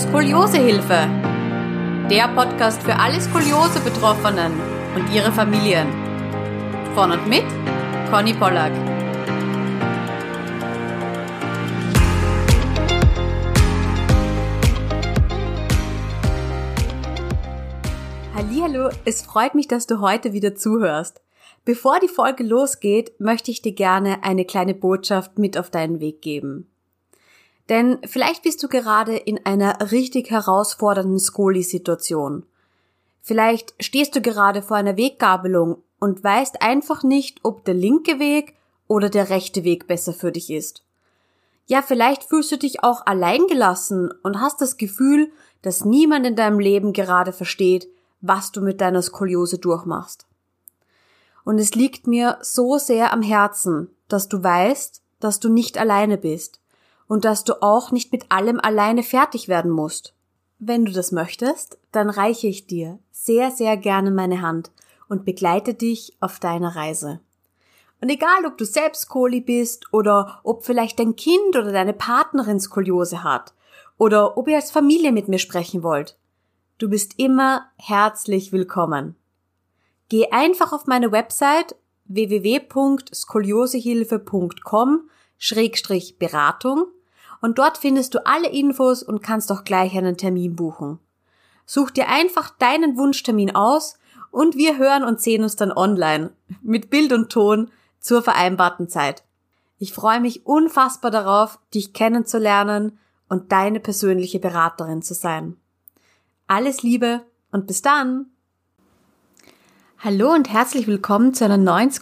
Skoliosehilfe. Der Podcast für alle Skoliose-Betroffenen und ihre Familien. Von und mit Conny Pollack. Hallihallo, es freut mich, dass du heute wieder zuhörst. Bevor die Folge losgeht, möchte ich dir gerne eine kleine Botschaft mit auf deinen Weg geben. Denn vielleicht bist du gerade in einer richtig herausfordernden Skoli-Situation. Vielleicht stehst du gerade vor einer Weggabelung und weißt einfach nicht, ob der linke Weg oder der rechte Weg besser für dich ist. Ja, vielleicht fühlst du dich auch alleingelassen und hast das Gefühl, dass niemand in deinem Leben gerade versteht, was du mit deiner Skoliose durchmachst. Und es liegt mir so sehr am Herzen, dass du weißt, dass du nicht alleine bist und dass du auch nicht mit allem alleine fertig werden musst. Wenn du das möchtest, dann reiche ich dir sehr, sehr gerne meine Hand und begleite dich auf deiner Reise. Und egal, ob du selbst Skoli bist oder ob vielleicht dein Kind oder deine Partnerin Skoliose hat oder ob ihr als Familie mit mir sprechen wollt, du bist immer herzlich willkommen. Geh einfach auf meine Website www.skoliosehilfe.com/Beratung und dort findest du alle Infos und kannst auch gleich einen Termin buchen. Such dir einfach deinen Wunschtermin aus und wir hören und sehen uns dann online mit Bild und Ton zur vereinbarten Zeit. Ich freue mich unfassbar darauf, dich kennenzulernen und deine persönliche Beraterin zu sein. Alles Liebe und bis dann! Hallo und herzlich willkommen zu einer neuen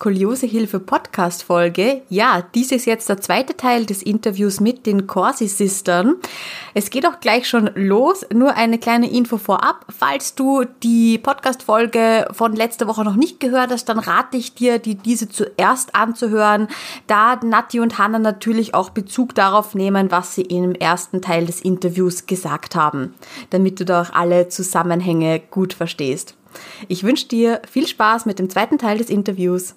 Skoliosehilfe-Podcast-Folge. Ja, dies ist jetzt der zweite Teil des Interviews mit den Corsi-Sistern. Es geht auch gleich schon los. Nur eine kleine Info vorab. Falls du die Podcast-Folge von letzter Woche noch nicht gehört hast, dann rate ich dir, diese zuerst anzuhören, da Nati und Hannah natürlich auch Bezug darauf nehmen, was sie im ersten Teil des Interviews gesagt haben, damit du da auch alle Zusammenhänge gut verstehst. Ich wünsche dir viel Spaß mit dem zweiten Teil des Interviews.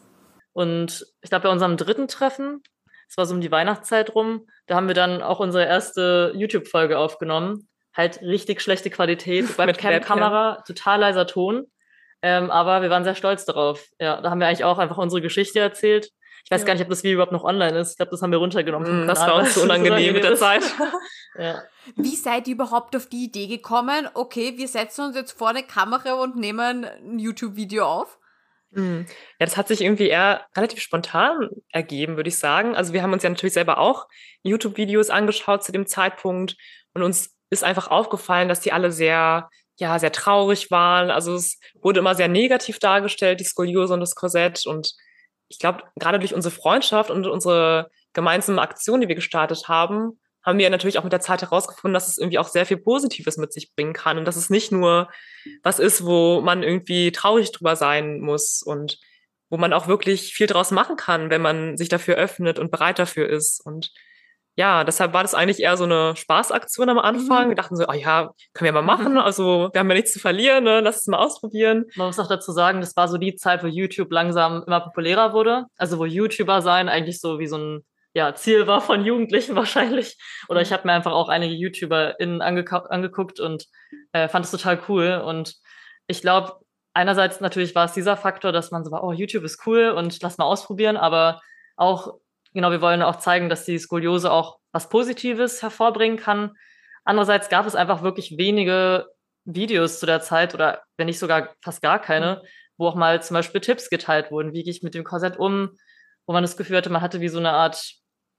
Und ich glaube, bei unserem dritten Treffen, es war so um die Weihnachtszeit rum, da haben wir dann auch unsere erste YouTube-Folge aufgenommen. Halt richtig schlechte Qualität, Webcam-Kamera, total leiser Ton. Aber wir waren sehr stolz darauf. Ja, da haben wir eigentlich auch einfach unsere Geschichte erzählt. Ich weiß gar nicht, ob das Video überhaupt noch online ist. Ich glaube, das haben wir runtergenommen. Das war uns so unangenehm mit der Zeit. Ja. Wie seid ihr überhaupt auf die Idee gekommen, okay, wir setzen uns jetzt vor eine Kamera und nehmen ein YouTube-Video auf? Ja, das hat sich irgendwie eher relativ spontan ergeben, würde ich sagen. Also wir haben uns ja natürlich selber auch YouTube-Videos angeschaut zu dem Zeitpunkt und uns ist einfach aufgefallen, dass die alle sehr traurig waren. Also es wurde immer sehr negativ dargestellt, die Skoliose und das Korsett. Und ich glaube, gerade durch unsere Freundschaft und unsere gemeinsamen Aktionen, die wir gestartet haben wir natürlich auch mit der Zeit herausgefunden, dass es irgendwie auch sehr viel Positives mit sich bringen kann und dass es nicht nur was ist, wo man irgendwie traurig drüber sein muss und wo man auch wirklich viel draus machen kann, wenn man sich dafür öffnet und bereit dafür ist. Und ja, deshalb war das eigentlich eher so eine Spaßaktion am Anfang. Wir dachten so, oh ja, können wir mal machen. Also wir haben ja nichts zu verlieren, ne? Lass es mal ausprobieren. Man muss auch dazu sagen, das war so die Zeit, wo YouTube langsam immer populärer wurde. Also wo YouTuber sein eigentlich so wie so ein Ziel war von Jugendlichen wahrscheinlich. Oder ich habe mir einfach auch einige YouTuberInnen angeguckt und fand es total cool. Und ich glaube, einerseits natürlich war es dieser Faktor, dass man so war, oh, YouTube ist cool und lass mal ausprobieren. Aber auch, genau, wir wollen auch zeigen, dass die Skoliose auch was Positives hervorbringen kann. Andererseits gab es einfach wirklich wenige Videos zu der Zeit oder wenn nicht sogar fast gar keine, wo auch mal zum Beispiel Tipps geteilt wurden. Wie gehe ich mit dem Korsett um? Wo man das Gefühl hatte, man hatte wie so eine Art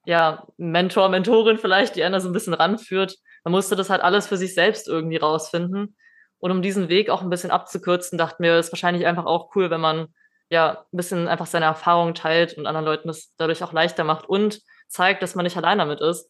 Mentor, Mentorin vielleicht, die einer so ein bisschen ranführt. Man musste das halt alles für sich selbst irgendwie rausfinden. Und um diesen Weg auch ein bisschen abzukürzen, dachten wir, ist wahrscheinlich einfach auch cool, wenn man ein bisschen einfach seine Erfahrungen teilt und anderen Leuten das dadurch auch leichter macht und zeigt, dass man nicht allein damit ist.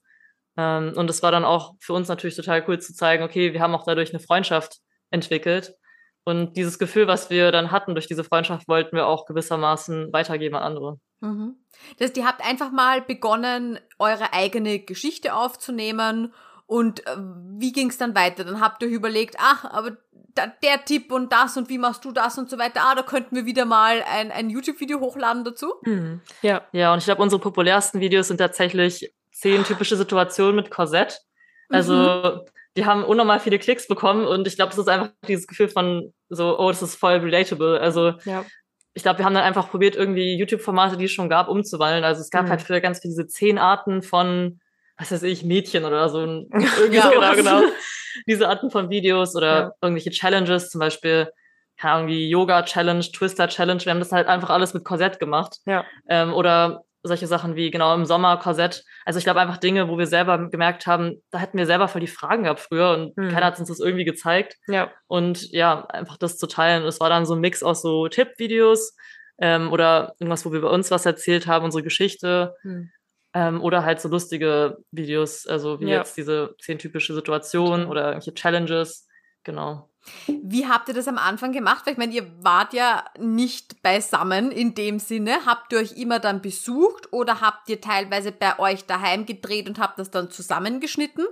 Und es war dann auch für uns natürlich total cool zu zeigen, okay, wir haben auch dadurch eine Freundschaft entwickelt. Und dieses Gefühl, was wir dann hatten durch diese Freundschaft, wollten wir auch gewissermaßen weitergeben an andere. Mhm. Das heißt, ihr habt einfach mal begonnen, eure eigene Geschichte aufzunehmen und wie ging es dann weiter? Dann habt ihr euch überlegt, aber der Tipp und das und wie machst du das und so weiter. Da könnten wir wieder mal ein YouTube-Video hochladen dazu. Ja, und ich glaube, unsere populärsten Videos sind tatsächlich 10 typische Situationen mit Korsett. Also die haben unnormal viele Klicks bekommen und ich glaube, das ist einfach dieses Gefühl von so, oh, das ist voll relatable. Also ich glaube, wir haben dann einfach probiert, irgendwie YouTube-Formate, die es schon gab, umzuwandeln. Also es gab halt früher ganz viele diese 10 Arten von, was weiß ich, Mädchen oder so. Irgendwie genau. Diese Arten von Videos oder irgendwelche Challenges, zum Beispiel, keine Ahnung, wie Yoga-Challenge, Twister-Challenge. Wir haben das halt einfach alles mit Korsett gemacht. Ja. Oder solche Sachen wie, genau, im Sommer Korsett. Also ich glaube einfach Dinge, wo wir selber gemerkt haben, da hätten wir selber voll die Fragen gehabt früher und keiner hat uns das irgendwie gezeigt. Ja. Und ja, einfach das zu teilen. Es war dann so ein Mix aus so Tippvideos oder irgendwas, wo wir bei uns was erzählt haben, unsere Geschichte. Oder halt so lustige Videos, also wie jetzt diese 10 typische Situationen oder irgendwelche Challenges. Genau. Wie habt ihr das am Anfang gemacht? Weil ich meine, ihr wart ja nicht beisammen in dem Sinne. Habt ihr euch immer dann besucht oder habt ihr teilweise bei euch daheim gedreht und habt das dann zusammengeschnitten?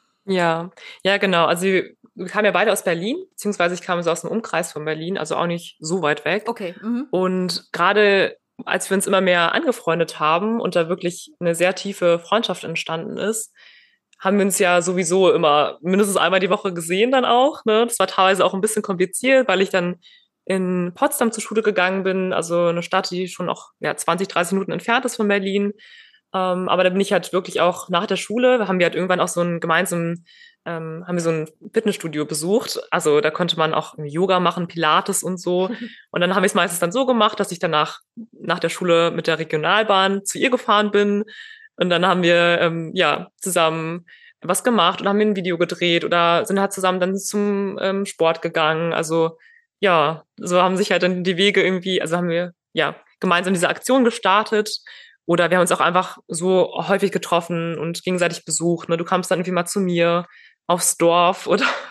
Ja, genau. Also wir kamen ja beide aus Berlin, beziehungsweise ich kam so aus dem Umkreis von Berlin, also auch nicht so weit weg. Okay. Und gerade als wir uns immer mehr angefreundet haben und da wirklich eine sehr tiefe Freundschaft entstanden ist, haben wir uns ja sowieso immer mindestens einmal die Woche gesehen dann auch. Ne? Das war teilweise auch ein bisschen kompliziert, weil ich dann in Potsdam zur Schule gegangen bin, also eine Stadt, die schon auch 20, 30 Minuten entfernt ist von Berlin. Aber da bin ich halt wirklich auch nach der Schule, haben wir halt irgendwann auch so einen gemeinsamen, haben wir so ein Fitnessstudio besucht. Also da konnte man auch Yoga machen, Pilates und so. Und dann haben wir es meistens dann so gemacht, dass ich danach nach der Schule mit der Regionalbahn zu ihr gefahren bin. Und dann haben wir zusammen was gemacht oder haben wir ein Video gedreht oder sind halt zusammen dann zum Sport gegangen. Also ja, so haben sich halt dann die Wege irgendwie, also haben wir gemeinsam diese Aktion gestartet. Oder wir haben uns auch einfach so häufig getroffen und gegenseitig besucht. Ne? Du kamst dann irgendwie mal zu mir aufs Dorf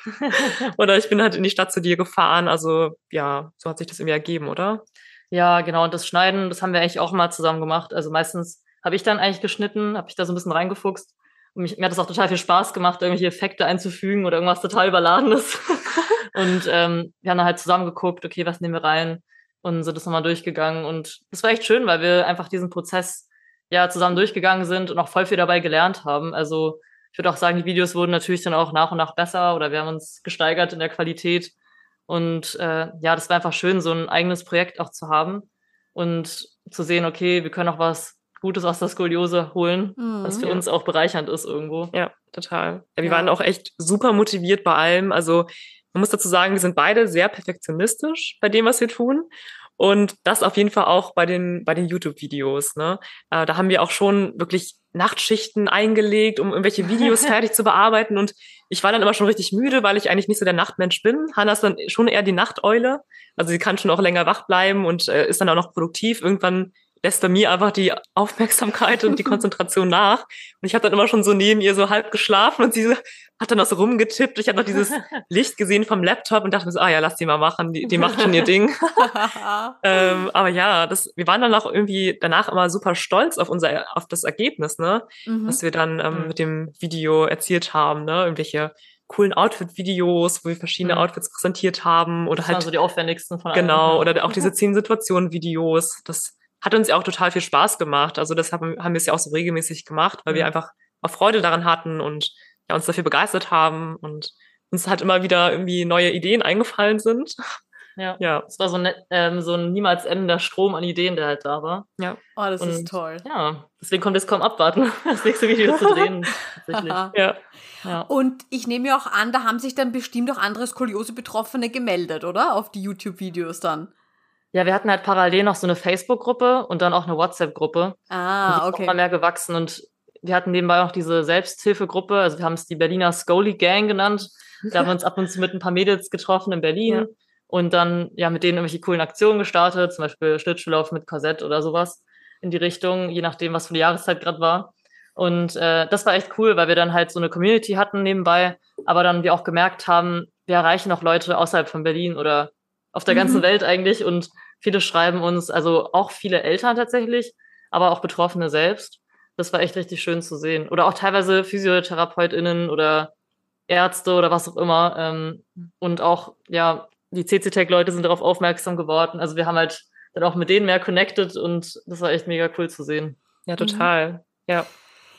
oder ich bin halt in die Stadt zu dir gefahren. Also ja, so hat sich das irgendwie ergeben, oder? Ja, genau. Und das Schneiden, das haben wir eigentlich auch mal zusammen gemacht. Also meistens habe ich dann eigentlich geschnitten, habe ich da so ein bisschen reingefuchst. Und mir hat das auch total viel Spaß gemacht, irgendwelche Effekte einzufügen oder irgendwas total Überladenes. Und wir haben dann halt zusammen geguckt, okay, was nehmen wir rein? Und sind das nochmal durchgegangen. Und das war echt schön, weil wir einfach diesen Prozess zusammen durchgegangen sind und auch voll viel dabei gelernt haben. Also ich würde auch sagen, die Videos wurden natürlich dann auch nach und nach besser oder wir haben uns gesteigert in der Qualität. Und das war einfach schön, so ein eigenes Projekt auch zu haben und zu sehen, okay, wir können auch was Gutes aus der Skoliose holen, was für uns auch bereichernd ist irgendwo. Ja, total. Ja, wir waren auch echt super motiviert bei allem. Also man muss dazu sagen, wir sind beide sehr perfektionistisch bei dem, was wir tun. Und das auf jeden Fall auch bei den YouTube-Videos. Ne? Da haben wir auch schon wirklich Nachtschichten eingelegt, um irgendwelche Videos fertig zu bearbeiten. Und ich war dann immer schon richtig müde, weil ich eigentlich nicht so der Nachtmensch bin. Hannah ist dann schon eher die Nachteule. Also sie kann schon auch länger wach bleiben und ist dann auch noch produktiv. Irgendwann lässt bei mir einfach die Aufmerksamkeit und die Konzentration nach. Und ich habe dann immer schon so neben ihr so halb geschlafen und sie hat dann auch so rumgetippt. Ich habe noch dieses Licht gesehen vom Laptop und dachte mir so, lass die mal machen, die macht schon ihr Ding. Aber ja, wir waren dann auch irgendwie danach immer super stolz auf das Ergebnis, ne? Was wir dann mit dem Video erzielt haben, ne? Irgendwelche coolen Outfit-Videos, wo wir verschiedene Outfits präsentiert haben. Oder das halt waren so die aufwendigsten von allen. Genau, oder auch diese 10 Situationen-Videos. Das hat uns ja auch total viel Spaß gemacht. Also das haben wir es ja auch so regelmäßig gemacht, weil wir einfach auch Freude daran hatten und uns dafür begeistert haben und uns halt immer wieder irgendwie neue Ideen eingefallen sind. Ja. Es war so ein niemals endender Strom an Ideen, der halt da war. Ja. Oh, das ist toll. Ja, deswegen konnte ich es kaum abwarten, das nächste Video zu drehen. Tatsächlich. Ja. Und ich nehme ja auch an, da haben sich dann bestimmt auch andere Skoliose-Betroffene gemeldet, oder? Auf die YouTube-Videos dann. Ja, wir hatten halt parallel noch so eine Facebook-Gruppe und dann auch eine WhatsApp-Gruppe. Okay. Und die ist auch mal mehr gewachsen und wir hatten nebenbei auch diese Selbsthilfegruppe, also wir haben es die Berliner Skoli Gang genannt. Da haben wir uns ab und zu mit ein paar Mädels getroffen in Berlin und dann mit denen irgendwelche coolen Aktionen gestartet, zum Beispiel Schlittschuhlauf mit Korsett oder sowas in die Richtung, je nachdem, was für die Jahreszeit gerade war. Und das war echt cool, weil wir dann halt so eine Community hatten nebenbei, aber dann wir auch gemerkt haben, wir erreichen auch Leute außerhalb von Berlin oder auf der ganzen Welt eigentlich und viele schreiben uns, also auch viele Eltern tatsächlich, aber auch Betroffene selbst. Das war echt richtig schön zu sehen. Oder auch teilweise PhysiotherapeutInnen oder Ärzte oder was auch immer. Und auch, die CC-Tech-Leute sind darauf aufmerksam geworden. Also wir haben halt dann auch mit denen mehr connected und das war echt mega cool zu sehen. Ja, total. Ja.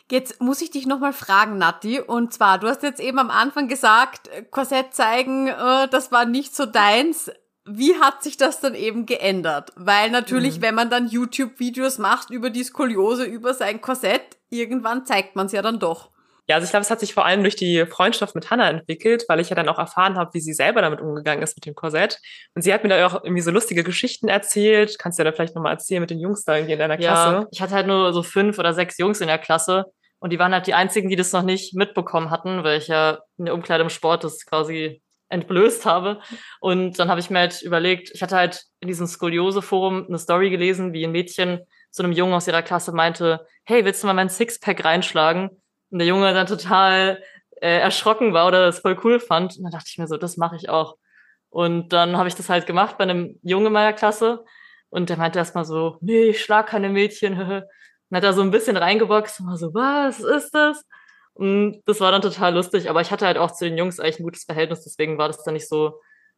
Jetzt muss ich dich nochmal fragen, Nati. Und zwar, du hast jetzt eben am Anfang gesagt, Korsett zeigen, das war nicht so deins. Wie hat sich das dann eben geändert? Weil natürlich, wenn man dann YouTube-Videos macht über die Skoliose, über sein Korsett, irgendwann zeigt man es ja dann doch. Ja, also ich glaube, es hat sich vor allem durch die Freundschaft mit Hannah entwickelt, weil ich ja dann auch erfahren habe, wie sie selber damit umgegangen ist mit dem Korsett. Und sie hat mir da auch irgendwie so lustige Geschichten erzählt. Kannst du ja da vielleicht nochmal erzählen mit den Jungs da irgendwie in deiner Klasse? Ja, ich hatte halt nur so 5 oder 6 Jungs in der Klasse und die waren halt die einzigen, die das noch nicht mitbekommen hatten, weil ich ja in der Umkleide im Sport das quasi entblößt habe. Und dann habe ich mir halt überlegt, ich hatte halt in diesem Skoliose-Forum eine Story gelesen, wie ein Mädchen zu einem Jungen aus ihrer Klasse meinte, hey, willst du mal mein Sixpack reinschlagen? Und der Junge dann total erschrocken war oder das voll cool fand. Und dann dachte ich mir so, das mache ich auch. Und dann habe ich das halt gemacht bei einem Jungen in meiner Klasse. Und der meinte erstmal so, nee, ich schlag keine Mädchen. Und hat da so ein bisschen reingeboxt und war so, was ist das? Und das war dann total lustig. Aber ich hatte halt auch zu den Jungs eigentlich ein gutes Verhältnis. Deswegen war das dann nicht so,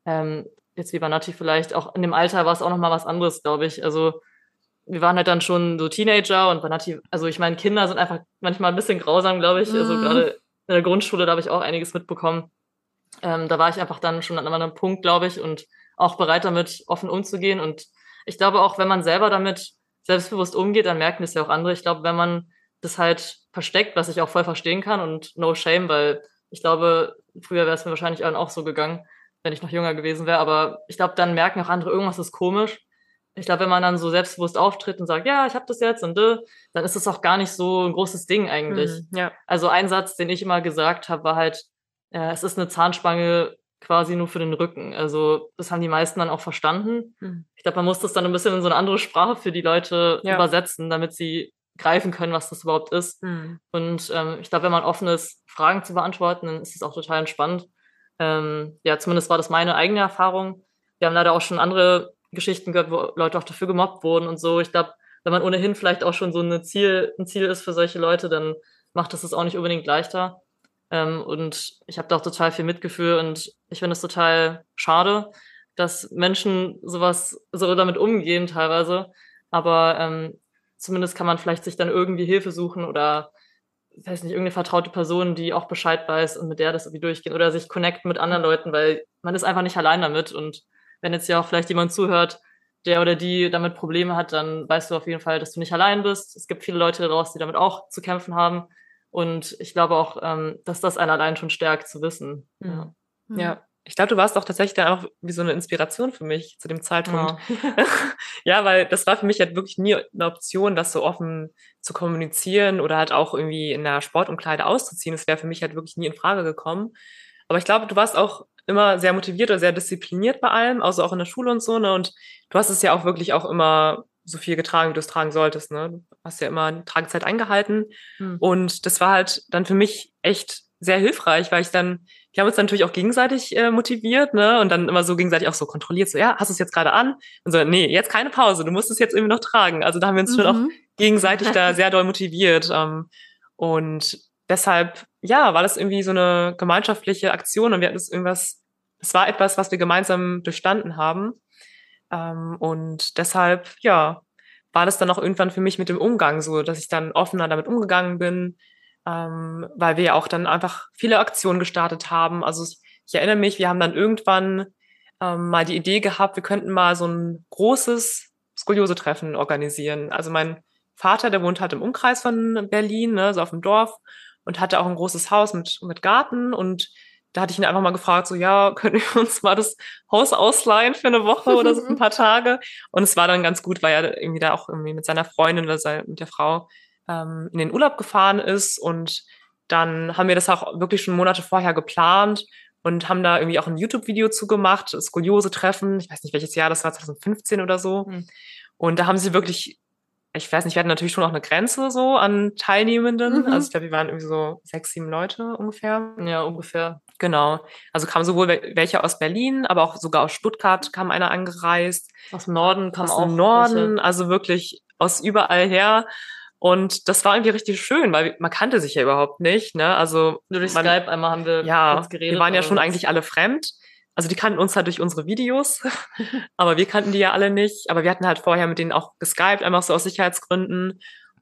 jetzt wie bei Nati vielleicht. Auch in dem Alter war es auch nochmal was anderes, glaube ich. Also wir waren halt dann schon so Teenager und bei Nati, also ich meine, Kinder sind einfach manchmal ein bisschen grausam, glaube ich. Also gerade in der Grundschule, da habe ich auch einiges mitbekommen. Da war ich einfach dann schon an einem Punkt, glaube ich, und auch bereit damit, offen umzugehen. Und ich glaube auch, wenn man selber damit selbstbewusst umgeht, dann merken das ja auch andere. Ich glaube, wenn man das halt versteckt, was ich auch voll verstehen kann und no shame, weil ich glaube, früher wäre es mir wahrscheinlich allen auch so gegangen, wenn ich noch jünger gewesen wäre. Aber ich glaube, dann merken auch andere, irgendwas ist komisch. Ich glaube, wenn man dann so selbstbewusst auftritt und sagt, ja, ich habe das jetzt und dann ist das auch gar nicht so ein großes Ding eigentlich. Ja. Also ein Satz, den ich immer gesagt habe, war halt, es ist eine Zahnspange quasi nur für den Rücken. Also das haben die meisten dann auch verstanden. Ich glaube, man muss das dann ein bisschen in so eine andere Sprache für die Leute übersetzen, damit sie greifen können, was das überhaupt ist. Und ich glaube, wenn man offen ist, Fragen zu beantworten, dann ist es auch total entspannt. Ja, zumindest war das meine eigene Erfahrung. Wir haben leider auch schon andere Geschichten gehört, wo Leute auch dafür gemobbt wurden und so. Ich glaube, wenn man ohnehin vielleicht auch schon so ein Ziel ist für solche Leute, dann macht das auch nicht unbedingt leichter. Und ich habe da auch total viel Mitgefühl und ich finde es total schade, dass Menschen so damit umgehen teilweise. Aber zumindest kann man vielleicht sich dann irgendwie Hilfe suchen oder, ich weiß nicht, irgendeine vertraute Person, die auch Bescheid weiß und mit der das irgendwie durchgehen oder sich connecten mit anderen Leuten, weil man ist einfach nicht allein damit. Und wenn jetzt ja auch vielleicht jemand zuhört, der oder die damit Probleme hat, dann weißt du auf jeden Fall, dass du nicht allein bist. Es gibt viele Leute daraus, die damit auch zu kämpfen haben. Und ich glaube auch, dass das einen allein schon stärkt, zu wissen. Ja. Ich glaube, du warst auch tatsächlich dann auch wie so eine Inspiration für mich zu dem Zeitpunkt. Ja. Ja, weil das war für mich halt wirklich nie eine Option, das so offen zu kommunizieren oder halt auch irgendwie in der Sportumkleide auszuziehen. Das wäre für mich halt wirklich nie in Frage gekommen. Aber ich glaube, du warst auch immer sehr motiviert oder sehr diszipliniert bei allem, also auch in der Schule und so, ne? Und du hast es ja auch wirklich auch immer so viel getragen, wie du es tragen solltest, ne? Du hast ja immer eine Tragezeit eingehalten. Und das war halt dann für mich echt sehr hilfreich, weil wir haben uns dann natürlich auch gegenseitig motiviert, ne? Und dann immer so gegenseitig auch so kontrolliert, so, ja, hast du es jetzt gerade an? Und so, nee, jetzt keine Pause, du musst es jetzt irgendwie noch tragen. Also da haben wir uns schon auch gegenseitig da sehr doll motiviert. Und deshalb, ja, war das irgendwie so eine gemeinschaftliche Aktion und wir hatten es war etwas, was wir gemeinsam durchstanden haben. Und deshalb, ja, war das dann auch irgendwann für mich mit dem Umgang so, dass ich dann offener damit umgegangen bin, weil wir ja auch dann einfach viele Aktionen gestartet haben. Also ich erinnere mich, wir haben dann irgendwann mal die Idee gehabt, wir könnten mal so ein großes Skoliose-Treffen organisieren. Also mein Vater, der wohnt halt im Umkreis von Berlin, ne, so auf dem Dorf und hatte auch ein großes Haus mit Garten und da hatte ich ihn einfach mal gefragt, so, ja, können wir uns mal das Haus ausleihen für eine Woche oder so ein paar Tage? Und es war dann ganz gut, weil er irgendwie da auch irgendwie mit seiner Freundin oder mit der Frau in den Urlaub gefahren ist. Und dann haben wir das auch wirklich schon Monate vorher geplant und haben da irgendwie auch ein YouTube-Video zugemacht, Skoliose-Treffen. Ich weiß nicht, welches Jahr das war, 2015 oder so. Und da haben sie wirklich, ich weiß nicht, wir hatten natürlich schon auch eine Grenze so an Teilnehmenden. Also ich glaube, wir waren irgendwie so 6, 7 Leute ungefähr. Ja, ungefähr. Genau. Also kamen sowohl welche aus Berlin, aber auch sogar aus Stuttgart kam einer angereist. Aus dem Norden kam auch aus dem Norden, welche. also wirklich aus überall her. Und das war irgendwie richtig schön, weil man kannte sich ja überhaupt nicht, ne? Also nur durch Skype einmal haben wir kurz geredet. Wir waren ja schon eigentlich alle fremd. Also die kannten uns halt durch unsere Videos, aber wir kannten die ja alle nicht. Aber wir hatten halt vorher mit denen auch geskypt, einfach so aus Sicherheitsgründen.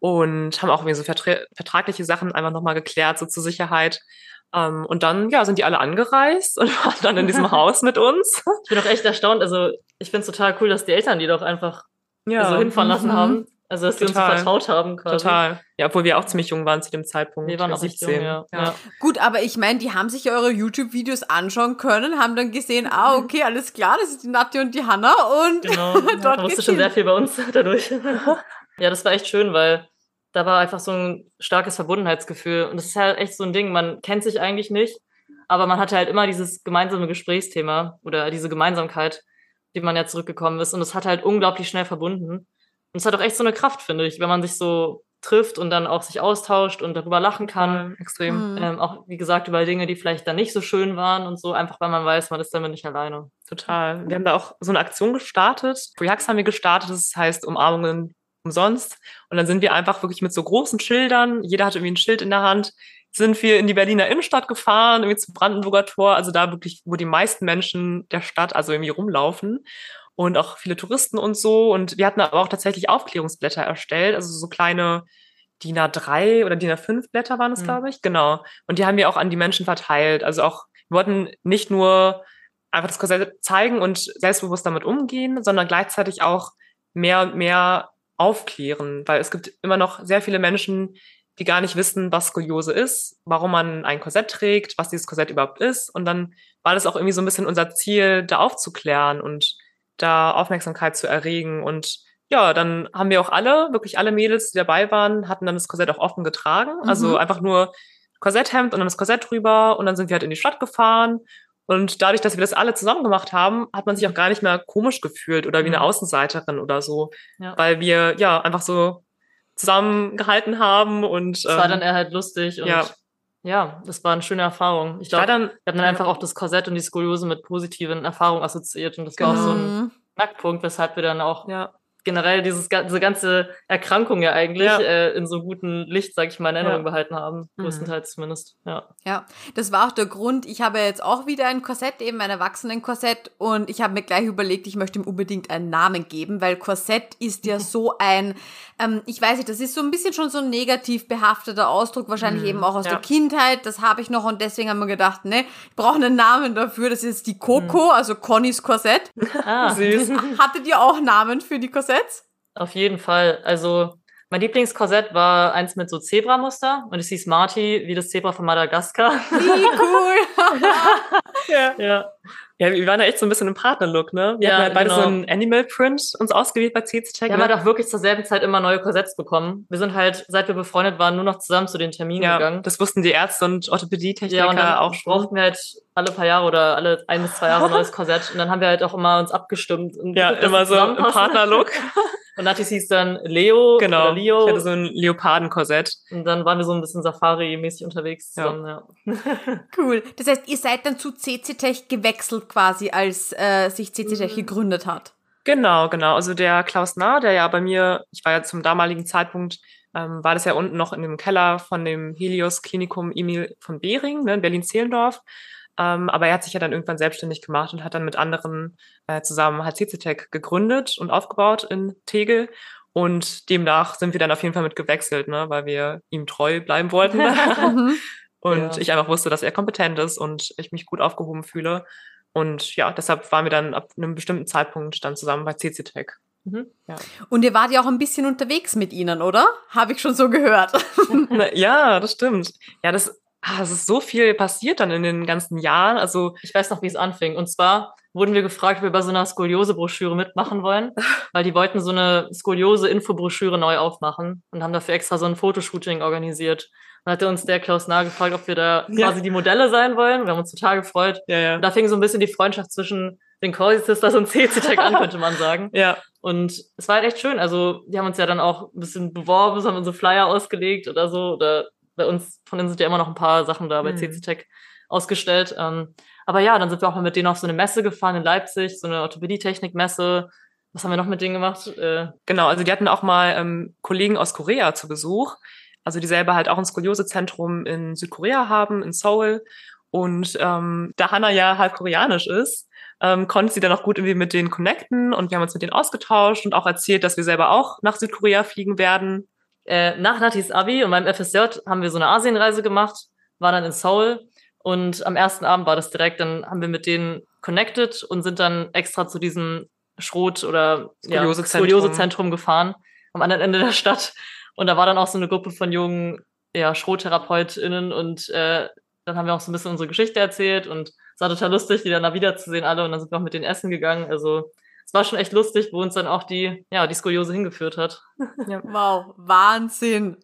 und haben auch irgendwie so vertragliche Sachen einfach nochmal geklärt, so zur Sicherheit. Und dann, ja, sind die alle angereist und waren dann in diesem Haus mit uns. Ich bin auch echt erstaunt. Also ich finde es total cool, dass die Eltern die doch einfach so hinfahren lassen haben. Also dass die uns so vertraut haben quasi. Total. Ja, obwohl wir auch ziemlich jung waren zu dem Zeitpunkt. Wir waren auch 17, echt jung, ja. Gut, aber ich meine, die haben sich ja eure YouTube-Videos anschauen können, haben dann gesehen, okay, alles klar, das ist die Nati und die Hanna und genau. dort da wusste schon sehr viel bei uns dadurch. Ja, das war echt schön, weil da war einfach so ein starkes Verbundenheitsgefühl. Und das ist halt echt so ein Ding, man kennt sich eigentlich nicht, aber man hatte halt immer dieses gemeinsame Gesprächsthema oder diese Gemeinsamkeit, die man ja zurückgekommen ist. Und es hat halt unglaublich schnell verbunden. Und es hat auch echt so eine Kraft, finde ich, wenn man sich so trifft und dann auch sich austauscht und darüber lachen kann. Extrem. Auch, wie gesagt, über Dinge, die vielleicht dann nicht so schön waren und so, einfach weil man weiß, man ist damit nicht alleine. Total. Wir haben da auch so eine Aktion gestartet. Projaks haben wir gestartet, das heißt Umarmungen umsonst. Und dann sind wir einfach wirklich mit so großen Schildern, jeder hatte irgendwie ein Schild in der Hand, sind wir in die Berliner Innenstadt gefahren, irgendwie zum Brandenburger Tor, also da wirklich, wo die meisten Menschen der Stadt also irgendwie rumlaufen und auch viele Touristen und so. Und wir hatten aber auch tatsächlich Aufklärungsblätter erstellt, also so kleine DIN A3 oder DIN A5 Blätter waren es, glaube ich. Genau. Und die haben wir auch an die Menschen verteilt. Also auch, wir wollten nicht nur einfach das Korsett zeigen und selbstbewusst damit umgehen, sondern gleichzeitig auch mehr und mehr aufklären, weil es gibt immer noch sehr viele Menschen, die gar nicht wissen, was Skoliose ist, warum man ein Korsett trägt, was dieses Korsett überhaupt ist. Und dann war das auch irgendwie so ein bisschen unser Ziel, da aufzuklären und da Aufmerksamkeit zu erregen. Und ja, dann haben wir auch wirklich alle Mädels, die dabei waren, hatten dann das Korsett auch offen getragen. Also einfach nur Korsetthemd und dann das Korsett drüber. Und dann sind wir halt in die Stadt gefahren. Und dadurch, dass wir das alle zusammen gemacht haben, hat man sich auch gar nicht mehr komisch gefühlt oder wie eine Außenseiterin oder so. Ja. Weil wir ja einfach so zusammengehalten haben und es war dann eher halt lustig und ja, das war eine schöne Erfahrung. Ich glaube, wir haben dann einfach auch das Korsett und die Skoliose mit positiven Erfahrungen assoziiert und das war auch so ein Knackpunkt, weshalb wir dann auch generell diese ganze Erkrankung ja eigentlich in so gutem Licht, sag ich mal, in Erinnerung behalten haben. Größtenteils zumindest, Ja, das war auch der Grund. Ich habe jetzt auch wieder ein Korsett, eben ein Erwachsenenkorsett und ich habe mir gleich überlegt, ich möchte ihm unbedingt einen Namen geben, weil Korsett ist ja so ein, ich weiß nicht, das ist so ein bisschen schon so ein negativ behafteter Ausdruck, wahrscheinlich eben auch aus der Kindheit. Das habe ich noch und deswegen haben wir gedacht, ne, ich brauche einen Namen dafür. Das ist die Coco, also Connys Korsett. Süß. Hattet ihr auch Namen für die Korsetts? Auf jeden Fall. Also mein Lieblingskorsett war eins mit so Zebramuster und es hieß Marty, wie das Zebra von Madagaskar. Wie cool! Ja, wir waren ja echt so ein bisschen im Partnerlook, ne? Wir hatten halt beide so einen Animal Print uns ausgewählt bei CCTech. Wir haben halt auch wirklich zur selben Zeit immer neue Korsetts bekommen. Wir sind halt, seit wir befreundet waren, nur noch zusammen zu den Terminen gegangen. Das wussten die Ärzte und Orthopädietechniker auch schon. Brauchten wir halt alle paar Jahre oder alle 1 bis 2 Jahre ein neues Korsett. Und dann haben wir halt auch immer uns abgestimmt. Und immer so im Partnerlook. Und Natis hieß dann Leo oder Leo. Ich hatte so ein Leopardenkorsett. Und dann waren wir so ein bisschen Safari-mäßig unterwegs zusammen, Cool. Das heißt, ihr seid dann zu CCTech gewechselt quasi, als sich CCTech gegründet hat. Genau. Also der Klaus Nahr, der ja bei mir, ich war ja zum damaligen Zeitpunkt, war das ja unten noch in dem Keller von dem Helios-Klinikum Emil von Behring, ne, in Berlin-Zehlendorf. Aber er hat sich ja dann irgendwann selbstständig gemacht und hat dann mit anderen zusammen halt CCTech gegründet und aufgebaut in Tegel. Und demnach sind wir dann auf jeden Fall mit gewechselt, ne, weil wir ihm treu bleiben wollten. Und ich einfach wusste, dass er kompetent ist und ich mich gut aufgehoben fühle. Und ja, deshalb waren wir dann ab einem bestimmten Zeitpunkt dann zusammen bei CCTech. Und ihr wart ja auch ein bisschen unterwegs mit ihnen, oder? Habe ich schon so gehört. Ja, das stimmt. Ja, es ist so viel passiert dann in den ganzen Jahren. Also ich weiß noch, wie es anfing. Und zwar wurden wir gefragt, ob wir bei so einer Skoliose-Broschüre mitmachen wollen, weil die wollten so eine Skoliose-Infobroschüre neu aufmachen und haben dafür extra so ein Fotoshooting organisiert. Dann hatte uns der Klaus Nahr gefragt, ob wir da quasi die Modelle sein wollen. Wir haben uns total gefreut. Und da fing so ein bisschen die Freundschaft zwischen den Corsi Sisters und CCTech an, könnte man sagen. Und es war halt echt schön. Also die haben uns ja dann auch ein bisschen beworben, haben unsere Flyer ausgelegt oder so. Oder bei uns, von denen sind ja immer noch ein paar Sachen da bei CCTech ausgestellt. Aber ja, dann sind wir auch mal mit denen auf so eine Messe gefahren in Leipzig, so eine Orthopädie-Technik-Messe. Was haben wir noch mit denen gemacht? Genau, also die hatten auch mal Kollegen aus Korea zu Besuch. Also die selber halt auch ein Skoliosezentrum in Südkorea haben, in Seoul. Und da Hannah ja halb koreanisch ist, konnte sie dann auch gut irgendwie mit denen connecten und wir haben uns mit denen ausgetauscht und auch erzählt, dass wir selber auch nach Südkorea fliegen werden. nach Nathis Abi und meinem FSJ haben wir so eine Asienreise gemacht, waren dann in Seoul und am ersten Abend war das direkt, dann haben wir mit denen connected und sind dann extra zu diesem Schrot- oder Skoliosezentrum gefahren, am anderen Ende der Stadt. Und da war dann auch so eine Gruppe von jungen SchrottherapeutInnen und dann haben wir auch so ein bisschen unsere Geschichte erzählt und es war total lustig, die dann da wiederzusehen alle und dann sind wir auch mit denen essen gegangen. Also es war schon echt lustig, wo uns dann auch die Skoliose hingeführt hat. Ja. Wow, Wahnsinn.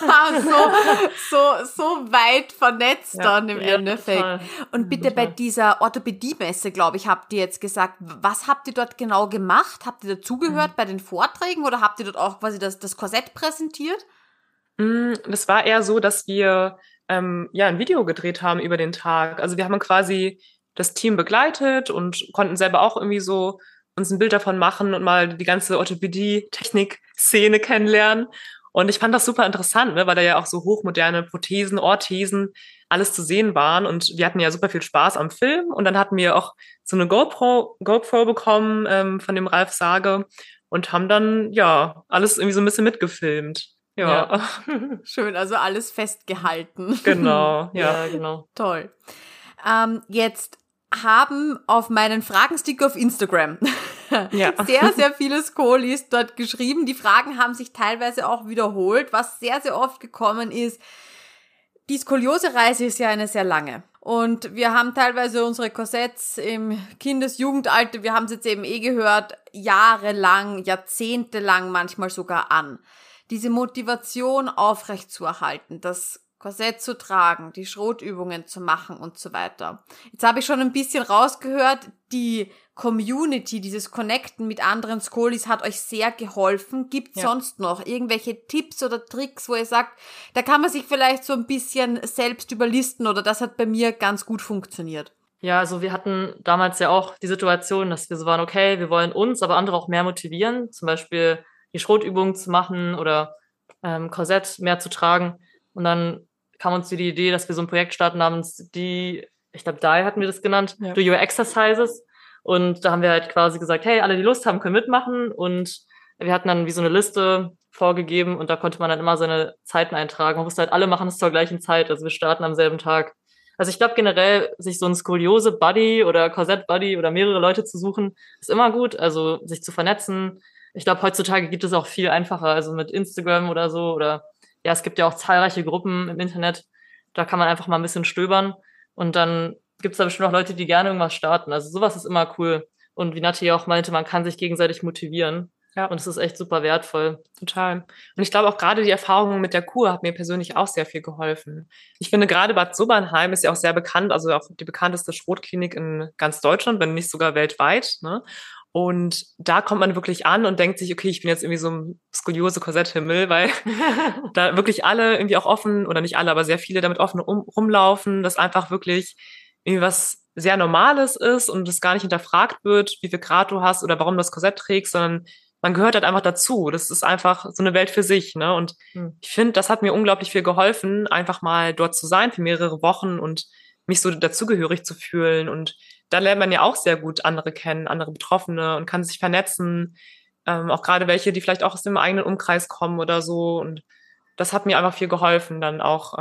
so weit vernetzt dann im Endeffekt. Total. Und bitte total. Bei dieser Orthopädie-Messe, glaube ich, habt ihr jetzt gesagt, was habt ihr dort genau gemacht? Habt ihr dazugehört bei den Vorträgen oder habt ihr dort auch quasi das Korsett präsentiert? Das war eher so, dass wir ein Video gedreht haben über den Tag. Also wir haben quasi das Team begleitet und konnten selber auch irgendwie so uns ein Bild davon machen und mal die ganze Orthopädie-Technik-Szene kennenlernen. Und ich fand das super interessant, ne, weil da ja auch so hochmoderne Prothesen, Orthesen, alles zu sehen waren. Und wir hatten ja super viel Spaß am Film. Und dann hatten wir auch so eine GoPro bekommen von dem Ralf Sage und haben dann alles irgendwie so ein bisschen mitgefilmt. Ja. Schön, also alles festgehalten. Genau, ja, genau. Toll. Jetzt haben auf meinen Fragensticker auf Instagram sehr, sehr viele Skolis dort geschrieben. Die Fragen haben sich teilweise auch wiederholt. Was sehr, sehr oft gekommen ist, die Skoliose-Reise ist ja eine sehr lange. Und wir haben teilweise unsere Korsetts im Kindes-Jugendalter, wir haben es jetzt eben gehört, jahrelang, jahrzehntelang manchmal sogar an. Diese Motivation aufrechtzuerhalten, das Korsett zu tragen, die Schrotübungen zu machen und so weiter. Jetzt habe ich schon ein bisschen rausgehört, die Community, dieses Connecten mit anderen Skolis hat euch sehr geholfen. Gibt es sonst noch irgendwelche Tipps oder Tricks, wo ihr sagt, da kann man sich vielleicht so ein bisschen selbst überlisten oder das hat bei mir ganz gut funktioniert? Ja, also wir hatten damals ja auch die Situation, dass wir so waren, okay, wir wollen uns, aber andere auch mehr motivieren, zum Beispiel die Schrotübungen zu machen oder Korsett mehr zu tragen. Und dann kam uns die Idee, dass wir so ein Projekt starten namens DIE hatten wir das genannt, Do Your Exercises. Und da haben wir halt quasi gesagt, hey, alle, die Lust haben, können mitmachen. Und wir hatten dann wie so eine Liste vorgegeben und da konnte man dann immer seine Zeiten eintragen. Man wusste halt, alle machen es zur gleichen Zeit. Also wir starten am selben Tag. Also ich glaube generell, sich so ein Skoliose-Buddy oder Korsett-Buddy oder mehrere Leute zu suchen, ist immer gut. Also sich zu vernetzen. Ich glaube, heutzutage geht es auch viel einfacher. Also mit Instagram oder so oder es gibt ja auch zahlreiche Gruppen im Internet, da kann man einfach mal ein bisschen stöbern und dann gibt es da bestimmt auch Leute, die gerne irgendwas starten. Also sowas ist immer cool. Und wie Nati auch meinte, man kann sich gegenseitig motivieren. Ja. Und es ist echt super wertvoll. Total. Und ich glaube auch gerade die Erfahrung mit der Kur hat mir persönlich auch sehr viel geholfen. Ich finde gerade Bad Sobernheim ist ja auch sehr bekannt, also auch die bekannteste Schrotklinik in ganz Deutschland, wenn nicht sogar weltweit, ne? Und da kommt man wirklich an und denkt sich, okay, ich bin jetzt irgendwie so im Skoliose-Korsetthimmel, weil da wirklich alle irgendwie auch offen, oder nicht alle, aber sehr viele damit offen rumlaufen, dass einfach wirklich irgendwie was sehr Normales ist und es gar nicht hinterfragt wird, wie viel Grad du hast oder warum du das Korsett trägst, sondern man gehört halt einfach dazu. Das ist einfach so eine Welt für sich, ne? Und ich finde, das hat mir unglaublich viel geholfen, einfach mal dort zu sein für mehrere Wochen und mich so dazugehörig zu fühlen. Und da lernt man ja auch sehr gut andere kennen, andere Betroffene und kann sich vernetzen. Auch gerade welche, die vielleicht auch aus dem eigenen Umkreis kommen oder so. Und das hat mir einfach viel geholfen, dann auch,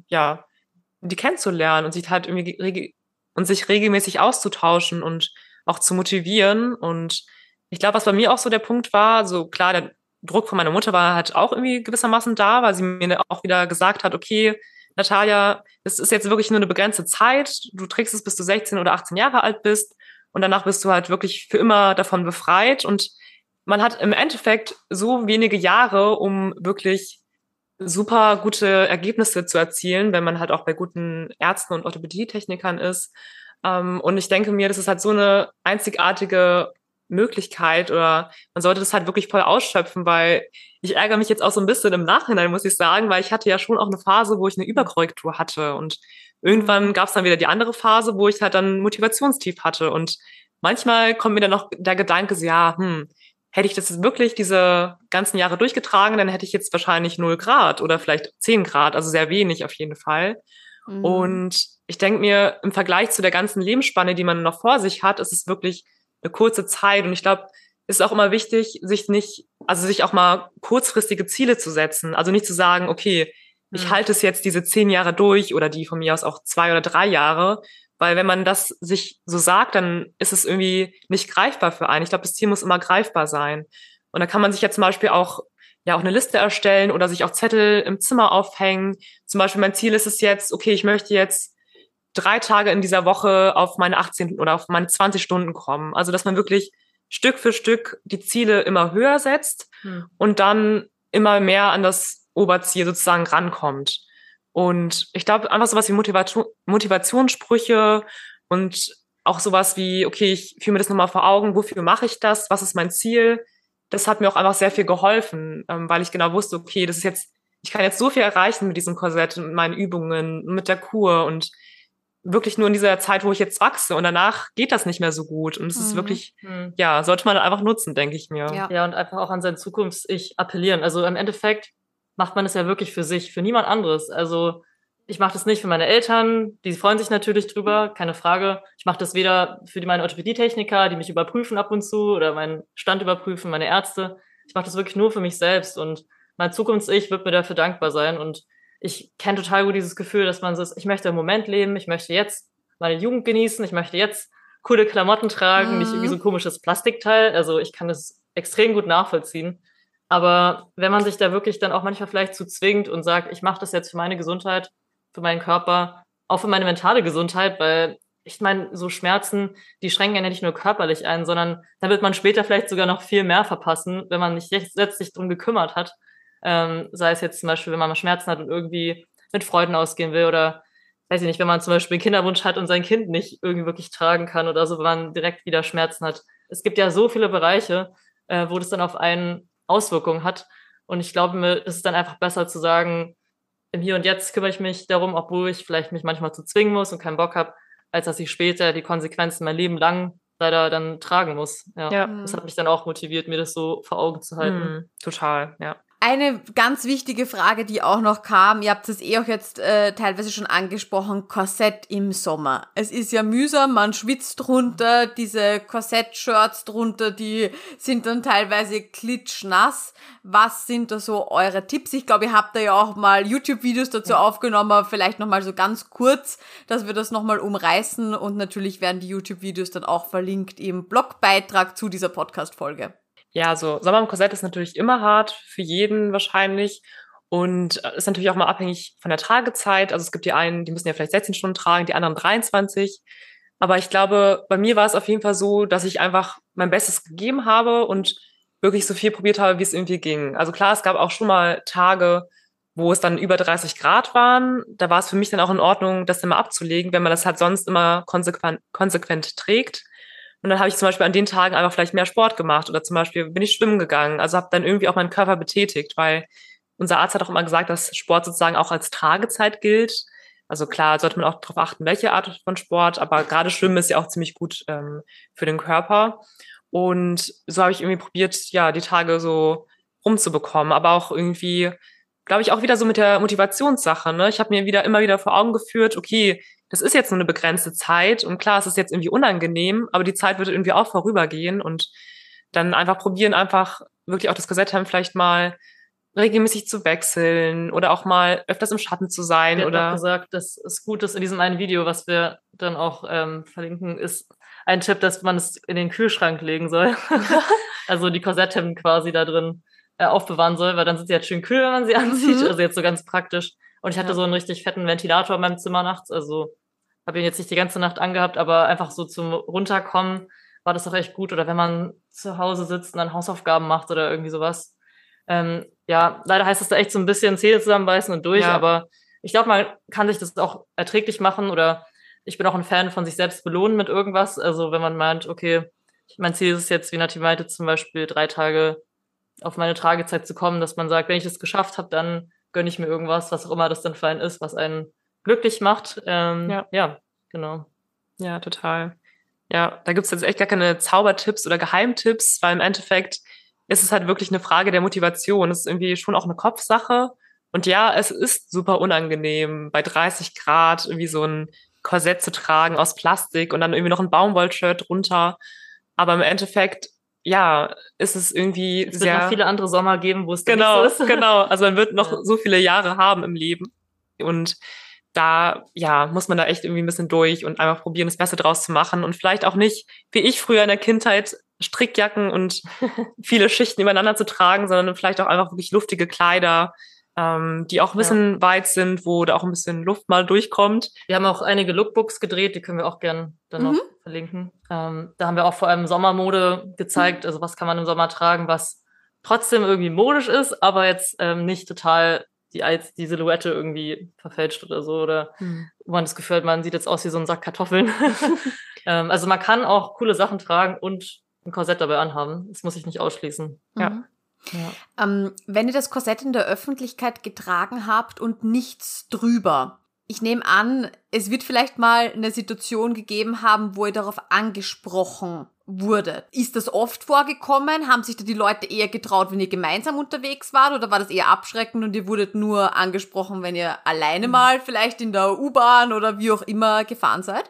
die kennenzulernen und sich halt irgendwie sich regelmäßig auszutauschen und auch zu motivieren. Und ich glaube, was bei mir auch so der Punkt war, so klar, der Druck von meiner Mutter war halt auch irgendwie gewissermaßen da, weil sie mir auch wieder gesagt hat, okay, Natalia, es ist jetzt wirklich nur eine begrenzte Zeit. Du trägst es, bis du 16 oder 18 Jahre alt bist. Und danach bist du halt wirklich für immer davon befreit. Und man hat im Endeffekt so wenige Jahre, um wirklich super gute Ergebnisse zu erzielen, wenn man halt auch bei guten Ärzten und Orthopädietechnikern ist. Und ich denke mir, das ist halt so eine einzigartige Möglichkeit oder man sollte das halt wirklich voll ausschöpfen, weil ich ärgere mich jetzt auch so ein bisschen im Nachhinein, muss ich sagen, weil ich hatte ja schon auch eine Phase, wo ich eine Überkorrektur hatte und irgendwann gab es dann wieder die andere Phase, wo ich halt dann Motivationstief hatte und manchmal kommt mir dann noch der Gedanke, so, ja, hätte ich das jetzt wirklich diese ganzen Jahre durchgetragen, dann hätte ich jetzt wahrscheinlich 0 Grad oder vielleicht 10 Grad, also sehr wenig auf jeden Fall. Und ich denke mir, im Vergleich zu der ganzen Lebensspanne, die man noch vor sich hat, ist es wirklich eine kurze Zeit. Und ich glaube, es ist auch immer wichtig, sich nicht also sich auch mal kurzfristige Ziele zu setzen. Also nicht zu sagen, okay, ich halte es jetzt diese 10 Jahre durch oder die von mir aus auch 2 oder 3 Jahre. Weil wenn man das sich so sagt, dann ist es irgendwie nicht greifbar für einen. Ich glaube, das Ziel muss immer greifbar sein. Und da kann man sich ja zum Beispiel auch eine Liste erstellen oder sich auch Zettel im Zimmer aufhängen. Zum Beispiel mein Ziel ist es jetzt, okay, ich möchte jetzt 3 Tage in dieser Woche auf meine 18 oder auf meine 20 Stunden kommen. Also, dass man wirklich Stück für Stück die Ziele immer höher setzt und dann immer mehr an das Oberziel sozusagen rankommt. Und ich glaube, einfach sowas wie Motivationssprüche und auch sowas wie, okay, ich führe mir das nochmal vor Augen, wofür mache ich das, was ist mein Ziel? Das hat mir auch einfach sehr viel geholfen, weil ich genau wusste, okay, das ist jetzt, ich kann jetzt so viel erreichen mit diesem Korsett und meinen Übungen, mit der Kur und wirklich nur in dieser Zeit, wo ich jetzt wachse und danach geht das nicht mehr so gut und es ist wirklich, sollte man einfach nutzen, denke ich mir. Ja, und einfach auch an sein Zukunfts-Ich appellieren. Also im Endeffekt macht man es ja wirklich für sich, für niemand anderes. Also ich mache das nicht für meine Eltern, die freuen sich natürlich drüber, keine Frage. Ich mache das weder für meine Orthopädie-Techniker, die mich überprüfen ab und zu oder meinen Stand überprüfen, meine Ärzte. Ich mache das wirklich nur für mich selbst und mein Zukunfts-Ich wird mir dafür dankbar sein und ich kenne total gut dieses Gefühl, dass man so ist, ich möchte im Moment leben, ich möchte jetzt meine Jugend genießen, ich möchte jetzt coole Klamotten tragen, nicht irgendwie so ein komisches Plastikteil. Also ich kann das extrem gut nachvollziehen. Aber wenn man sich da wirklich dann auch manchmal vielleicht zu zwingt und sagt, ich mache das jetzt für meine Gesundheit, für meinen Körper, auch für meine mentale Gesundheit, weil ich meine, so Schmerzen, die schränken ja nicht nur körperlich ein, sondern da wird man später vielleicht sogar noch viel mehr verpassen, wenn man nicht letztlich drum gekümmert hat. Sei es jetzt zum Beispiel, wenn man mal Schmerzen hat und irgendwie mit Freunden ausgehen will oder, weiß ich nicht, wenn man zum Beispiel einen Kinderwunsch hat und sein Kind nicht irgendwie wirklich tragen kann oder so, wenn man direkt wieder Schmerzen hat. Es gibt ja so viele Bereiche, wo das dann auf einen Auswirkungen hat. Und ich glaube mir, es ist dann einfach besser zu sagen, im Hier und Jetzt kümmere ich mich darum, obwohl ich vielleicht mich manchmal zu zwingen muss und keinen Bock habe, als dass ich später die Konsequenzen mein Leben lang leider dann tragen muss. Ja. Das hat mich dann auch motiviert, mir das so vor Augen zu halten. Total, ja. Eine ganz wichtige Frage, die auch noch kam, ihr habt es auch jetzt teilweise schon angesprochen, Korsett im Sommer. Es ist ja mühsam, man schwitzt drunter, diese Korsett-Shirts drunter, die sind dann teilweise klitschnass. Was sind da so eure Tipps? Ich glaube, ihr habt da ja auch mal YouTube-Videos dazu aufgenommen, aber vielleicht nochmal so ganz kurz, dass wir das nochmal umreißen und natürlich werden die YouTube-Videos dann auch verlinkt im Blogbeitrag zu dieser Podcast-Folge. Ja, so Sommer im Korsett ist natürlich immer hart, für jeden wahrscheinlich und ist natürlich auch mal abhängig von der Tragezeit. Also es gibt die einen, die müssen ja vielleicht 16 Stunden tragen, die anderen 23. Aber ich glaube, bei mir war es auf jeden Fall so, dass ich einfach mein Bestes gegeben habe und wirklich so viel probiert habe, wie es irgendwie ging. Also klar, es gab auch schon mal Tage, wo es dann über 30 Grad waren. Da war es für mich dann auch in Ordnung, das dann mal abzulegen, wenn man das halt sonst immer konsequent trägt. Und dann habe ich zum Beispiel an den Tagen einfach vielleicht mehr Sport gemacht oder zum Beispiel bin ich schwimmen gegangen. Also habe dann irgendwie auch meinen Körper betätigt, weil unser Arzt hat auch immer gesagt, dass Sport sozusagen auch als Tragezeit gilt. Also klar, sollte man auch darauf achten, welche Art von Sport, aber gerade Schwimmen ist ja auch ziemlich gut für den Körper. Und so habe ich irgendwie probiert, ja, die Tage so rumzubekommen, aber auch irgendwie, glaube ich, auch wieder so mit der Motivationssache. Ne? Ich habe mir immer wieder vor Augen geführt, okay, das ist jetzt nur eine begrenzte Zeit und klar, es ist jetzt irgendwie unangenehm, aber die Zeit wird irgendwie auch vorübergehen und dann einfach probieren, einfach wirklich auch das Korsetthemd vielleicht mal regelmäßig zu wechseln oder auch mal öfters im Schatten zu sein. Wir oder haben auch gesagt, dass es gut ist in diesem einen Video, was wir dann auch verlinken, ist ein Tipp, dass man es in den Kühlschrank legen soll. Also die Korsetthemden quasi da drin aufbewahren soll, weil dann sind sie jetzt schön kühl, wenn man sie anzieht. Also jetzt so ganz praktisch. Und ich hatte so einen richtig fetten Ventilator in meinem Zimmer nachts, also habe ihn jetzt nicht die ganze Nacht angehabt, aber einfach so zum Runterkommen war das doch echt gut. Oder wenn man zu Hause sitzt und dann Hausaufgaben macht oder irgendwie sowas. Ja, leider heißt es da echt so ein bisschen Zähne zusammenbeißen und durch, aber ich glaube, man kann sich das auch erträglich machen oder ich bin auch ein Fan von sich selbst belohnen mit irgendwas. Also wenn man meint, okay, mein Ziel ist es jetzt, wie Nati meinte, zum Beispiel 3 Tage auf meine Tragezeit zu kommen, dass man sagt, wenn ich das geschafft habe, dann gönne ich mir irgendwas, was auch immer das dann für einen ist, was einen glücklich macht. Ja, genau. Ja, total. Ja, da gibt's jetzt echt gar keine Zaubertipps oder Geheimtipps, weil im Endeffekt ist es halt wirklich eine Frage der Motivation. Es ist irgendwie schon auch eine Kopfsache. Und ja, es ist super unangenehm, bei 30 Grad irgendwie so ein Korsett zu tragen aus Plastik und dann irgendwie noch ein Baumwollshirt drunter. Aber im Endeffekt ist es irgendwie Es wird noch viele andere Sommer geben, wo es dann nicht genau, so ist. genau. Also man wird noch Ja. so viele Jahre haben im Leben. Und da, muss man da echt irgendwie ein bisschen durch und einfach probieren, das Beste draus zu machen und vielleicht auch nicht, wie ich früher in der Kindheit, Strickjacken und viele Schichten übereinander zu tragen, sondern vielleicht auch einfach wirklich luftige Kleider, die auch ein bisschen weit sind, wo da auch ein bisschen Luft mal durchkommt. Wir haben auch einige Lookbooks gedreht, die können wir auch gern dann noch verlinken. Da haben wir auch vor allem Sommermode gezeigt, also was kann man im Sommer tragen, was trotzdem irgendwie modisch ist, aber jetzt nicht total die Silhouette irgendwie verfälscht oder so, oder wo man das Gefühl hat, man sieht jetzt aus wie so ein Sack Kartoffeln. Also man kann auch coole Sachen tragen und ein Korsett dabei anhaben. Das muss ich nicht ausschließen. Ja. Wenn ihr das Korsett in der Öffentlichkeit getragen habt und nichts drüber, ich nehme an, es wird vielleicht mal eine Situation gegeben haben, wo ihr darauf angesprochen wurdet. Ist das oft vorgekommen? Haben sich da die Leute eher getraut, wenn ihr gemeinsam unterwegs wart, oder war das eher abschreckend und ihr wurdet nur angesprochen, wenn ihr alleine mal vielleicht in der U-Bahn oder wie auch immer gefahren seid?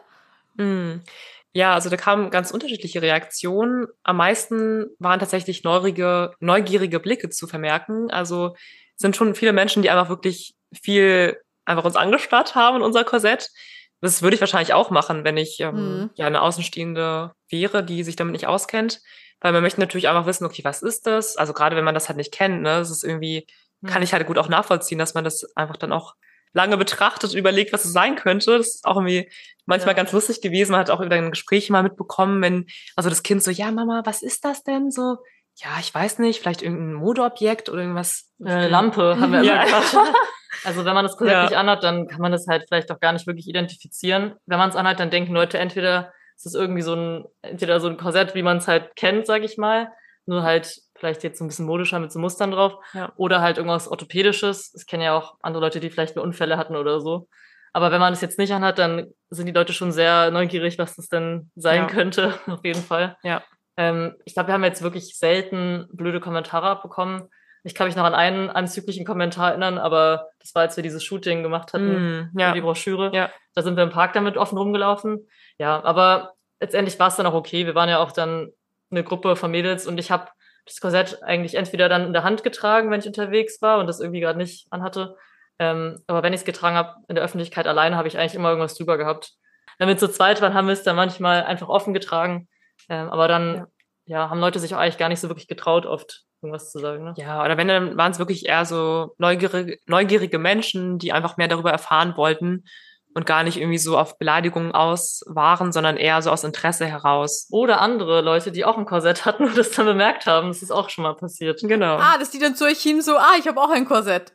Ja, also da kamen ganz unterschiedliche Reaktionen. Am meisten waren tatsächlich neugierige Blicke zu vermerken. Also es sind schon viele Menschen, die einfach wirklich viel einfach uns angestarrt haben in unser Korsett. Das würde ich wahrscheinlich auch machen, wenn ich eine Außenstehende wäre, die sich damit nicht auskennt. Weil man möchte natürlich einfach wissen, okay, was ist das? Also gerade wenn man das halt nicht kennt, ne, das ist irgendwie, kann ich halt gut auch nachvollziehen, dass man das einfach dann auch lange betrachtet und überlegt, was es sein könnte. Das ist auch irgendwie manchmal ganz lustig gewesen. Man hat auch über ein Gespräch mal mitbekommen, wenn also das Kind so, ja Mama, was ist das denn so? Ja, ich weiß nicht, vielleicht irgendein Modeobjekt oder irgendwas. Lampe haben wir immer gesagt. Also wenn man das Korsett Ja. nicht anhat, dann kann man das halt vielleicht auch gar nicht wirklich identifizieren. Wenn man es anhat, dann denken Leute, entweder ist es irgendwie so ein Korsett, wie man es halt kennt, sag ich mal, nur halt vielleicht jetzt so ein bisschen modischer mit so Mustern drauf, oder halt irgendwas Orthopädisches. Ich kenne ja auch andere Leute, die vielleicht mehr Unfälle hatten oder so. Aber wenn man es jetzt nicht anhat, dann sind die Leute schon sehr neugierig, was das denn sein könnte, auf jeden Fall. Ja. Ich glaube, wir haben jetzt wirklich selten blöde Kommentare abbekommen. Ich kann mich noch an einen anzüglichen Kommentar erinnern, aber das war, als wir dieses Shooting gemacht hatten für die Broschüre. Ja. Da sind wir im Park damit offen rumgelaufen. Ja, aber letztendlich war es dann auch okay. Wir waren ja auch dann eine Gruppe von Mädels und ich habe das Korsett eigentlich entweder dann in der Hand getragen, wenn ich unterwegs war und das irgendwie gerade nicht anhatte. Aber wenn ich es getragen habe in der Öffentlichkeit alleine, habe ich eigentlich immer irgendwas drüber gehabt. Wenn wir zu zweit waren, haben wir es dann manchmal einfach offen getragen. Aber dann haben Leute sich auch eigentlich gar nicht so wirklich getraut, oft irgendwas zu sagen. Ne? Ja, oder wenn, dann waren es wirklich eher so neugierige Menschen, die einfach mehr darüber erfahren wollten und gar nicht irgendwie so auf Beleidigungen aus waren, sondern eher so aus Interesse heraus. Oder andere Leute, die auch ein Korsett hatten und das dann bemerkt haben. Das ist auch schon mal passiert. Genau. Dass die dann zu euch hin so, ich habe auch ein Korsett.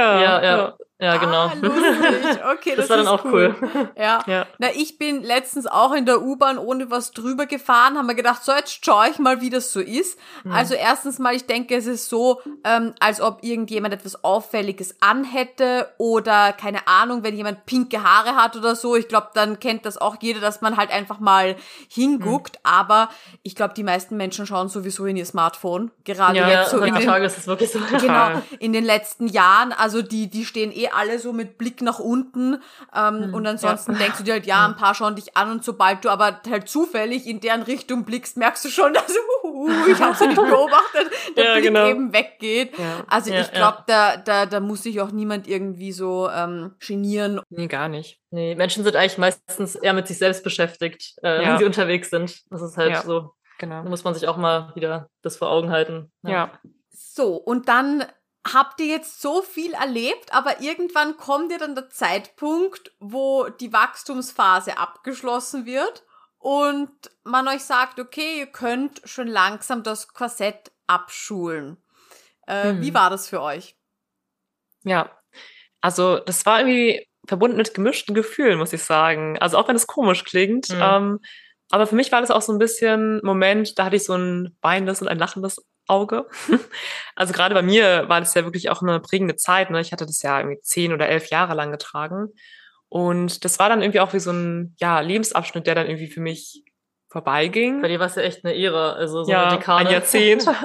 Ja, genau. Lustig. Okay, das war dann auch cool. Ja. Na, ich bin letztens auch in der U-Bahn ohne was drüber gefahren, haben wir gedacht, so, jetzt schaue ich mal, wie das so ist. Also erstens mal, ich denke, es ist so, als ob irgendjemand etwas Auffälliges anhätte oder, keine Ahnung, wenn jemand pinke Haare hat oder so. Ich glaube, dann kennt das auch jeder, dass man halt einfach mal hinguckt. Aber ich glaube, die meisten Menschen schauen sowieso in ihr Smartphone. Gerade jetzt so in den Tage ist es wirklich so. Genau, in den letzten Jahren, also die stehen alle so mit Blick nach unten und ansonsten denkst du dir halt, ein paar schauen dich an und sobald du aber halt zufällig in deren Richtung blickst, merkst du schon, dass ich habe sie nicht beobachtet, der Blick eben weggeht. Ja. Also ich glaube, da muss sich auch niemand irgendwie so genieren. Nee, gar nicht. Nee, Menschen sind eigentlich meistens eher mit sich selbst beschäftigt, wenn sie unterwegs sind. Das ist halt so. Genau. Da muss man sich auch mal wieder das vor Augen halten. Ja. So, und dann habt ihr jetzt so viel erlebt, aber irgendwann kommt ja dann der Zeitpunkt, wo die Wachstumsphase abgeschlossen wird und man euch sagt, okay, ihr könnt schon langsam das Korsett abschulen. Wie war das für euch? Ja, also das war irgendwie verbunden mit gemischten Gefühlen, muss ich sagen. Also auch wenn es komisch klingt, aber für mich war das auch so ein bisschen Moment, da hatte ich so ein weinendes und ein lachendes Auge. Also gerade bei mir war das ja wirklich auch eine prägende Zeit. Ne? Ich hatte das ja irgendwie 10 oder 11 Jahre lang getragen. Und das war dann irgendwie auch wie so ein Lebensabschnitt, der dann irgendwie für mich vorbeiging. Bei dir war es ja echt eine Ära, also so eine Dekade. Ein Jahrzehnt. Ich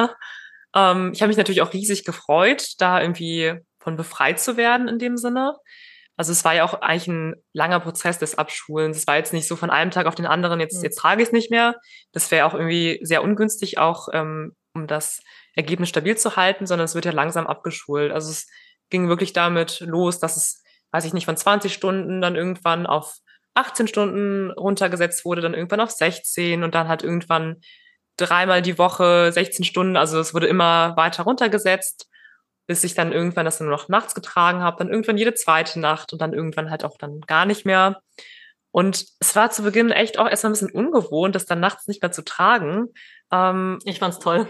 habe mich natürlich auch riesig gefreut, da irgendwie von befreit zu werden in dem Sinne. Also es war ja auch eigentlich ein langer Prozess des Abschulens. Es war jetzt nicht so von einem Tag auf den anderen, jetzt trage ich es nicht mehr. Das wäre auch irgendwie sehr ungünstig, auch um das Ergebnis stabil zu halten, sondern es wird ja langsam abgeschult. Also es ging wirklich damit los, dass es, weiß ich nicht, von 20 Stunden dann irgendwann auf 18 Stunden runtergesetzt wurde, dann irgendwann auf 16 und dann halt irgendwann 3-mal die Woche 16 Stunden. Also es wurde immer weiter runtergesetzt, bis ich dann irgendwann das nur noch nachts getragen habe, dann irgendwann jede zweite Nacht und dann irgendwann halt auch dann gar nicht mehr. Und es war zu Beginn echt auch erstmal ein bisschen ungewohnt, das dann nachts nicht mehr zu tragen. Ich fand's toll.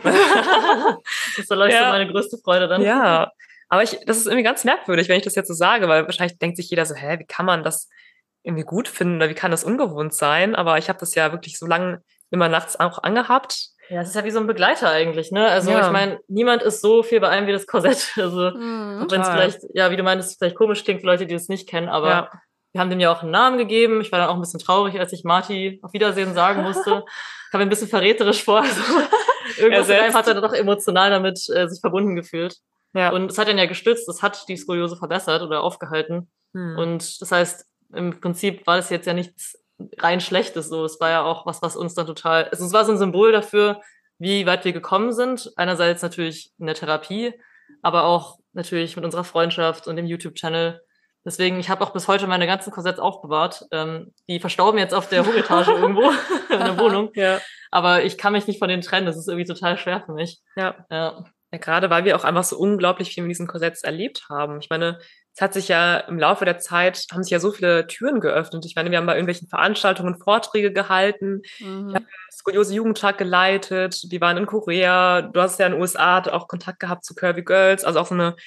Das war, glaube ich, so meine größte Freude dann. Ja, aber das ist irgendwie ganz merkwürdig, wenn ich das jetzt so sage, weil wahrscheinlich denkt sich jeder so, wie kann man das irgendwie gut finden oder wie kann das ungewohnt sein? Aber ich habe das ja wirklich so lange immer nachts auch angehabt. Ja, es ist ja wie so ein Begleiter eigentlich, ne? Also ich meine, niemand ist so viel bei einem wie das Korsett. Also wenn es vielleicht, wie du meinst, vielleicht komisch klingt für Leute, die das nicht kennen, aber wir haben dem ja auch einen Namen gegeben. Ich war dann auch ein bisschen traurig, als ich Marty auf Wiedersehen sagen musste. Ich habe ein bisschen verräterisch vor. Also irgendwas hat er dann doch emotional damit sich verbunden gefühlt. Ja. Und es hat ihn ja gestützt, es hat die Skoliose verbessert oder aufgehalten. Und das heißt, im Prinzip war das jetzt ja nichts rein Schlechtes so. Es war ja auch was uns dann total, also es war so ein Symbol dafür, wie weit wir gekommen sind. Einerseits natürlich in der Therapie, aber auch natürlich mit unserer Freundschaft und dem YouTube-Channel. Deswegen, ich habe auch bis heute meine ganzen Korsetts aufbewahrt. Die verstauben jetzt auf der Hochetage irgendwo in der Wohnung. Ja. Aber ich kann mich nicht von denen trennen. Das ist irgendwie total schwer für mich. Ja, gerade weil wir auch einfach so unglaublich viel mit diesen Korsetts erlebt haben. Ich meine, es hat sich ja im Laufe der Zeit, haben sich ja so viele Türen geöffnet. Ich meine, wir haben bei irgendwelchen Veranstaltungen Vorträge gehalten. Ich habe Skoliose Jugendtag geleitet. Die waren in Korea. Du hast ja in den USA auch Kontakt gehabt zu Curvy Girls. Also auch so eine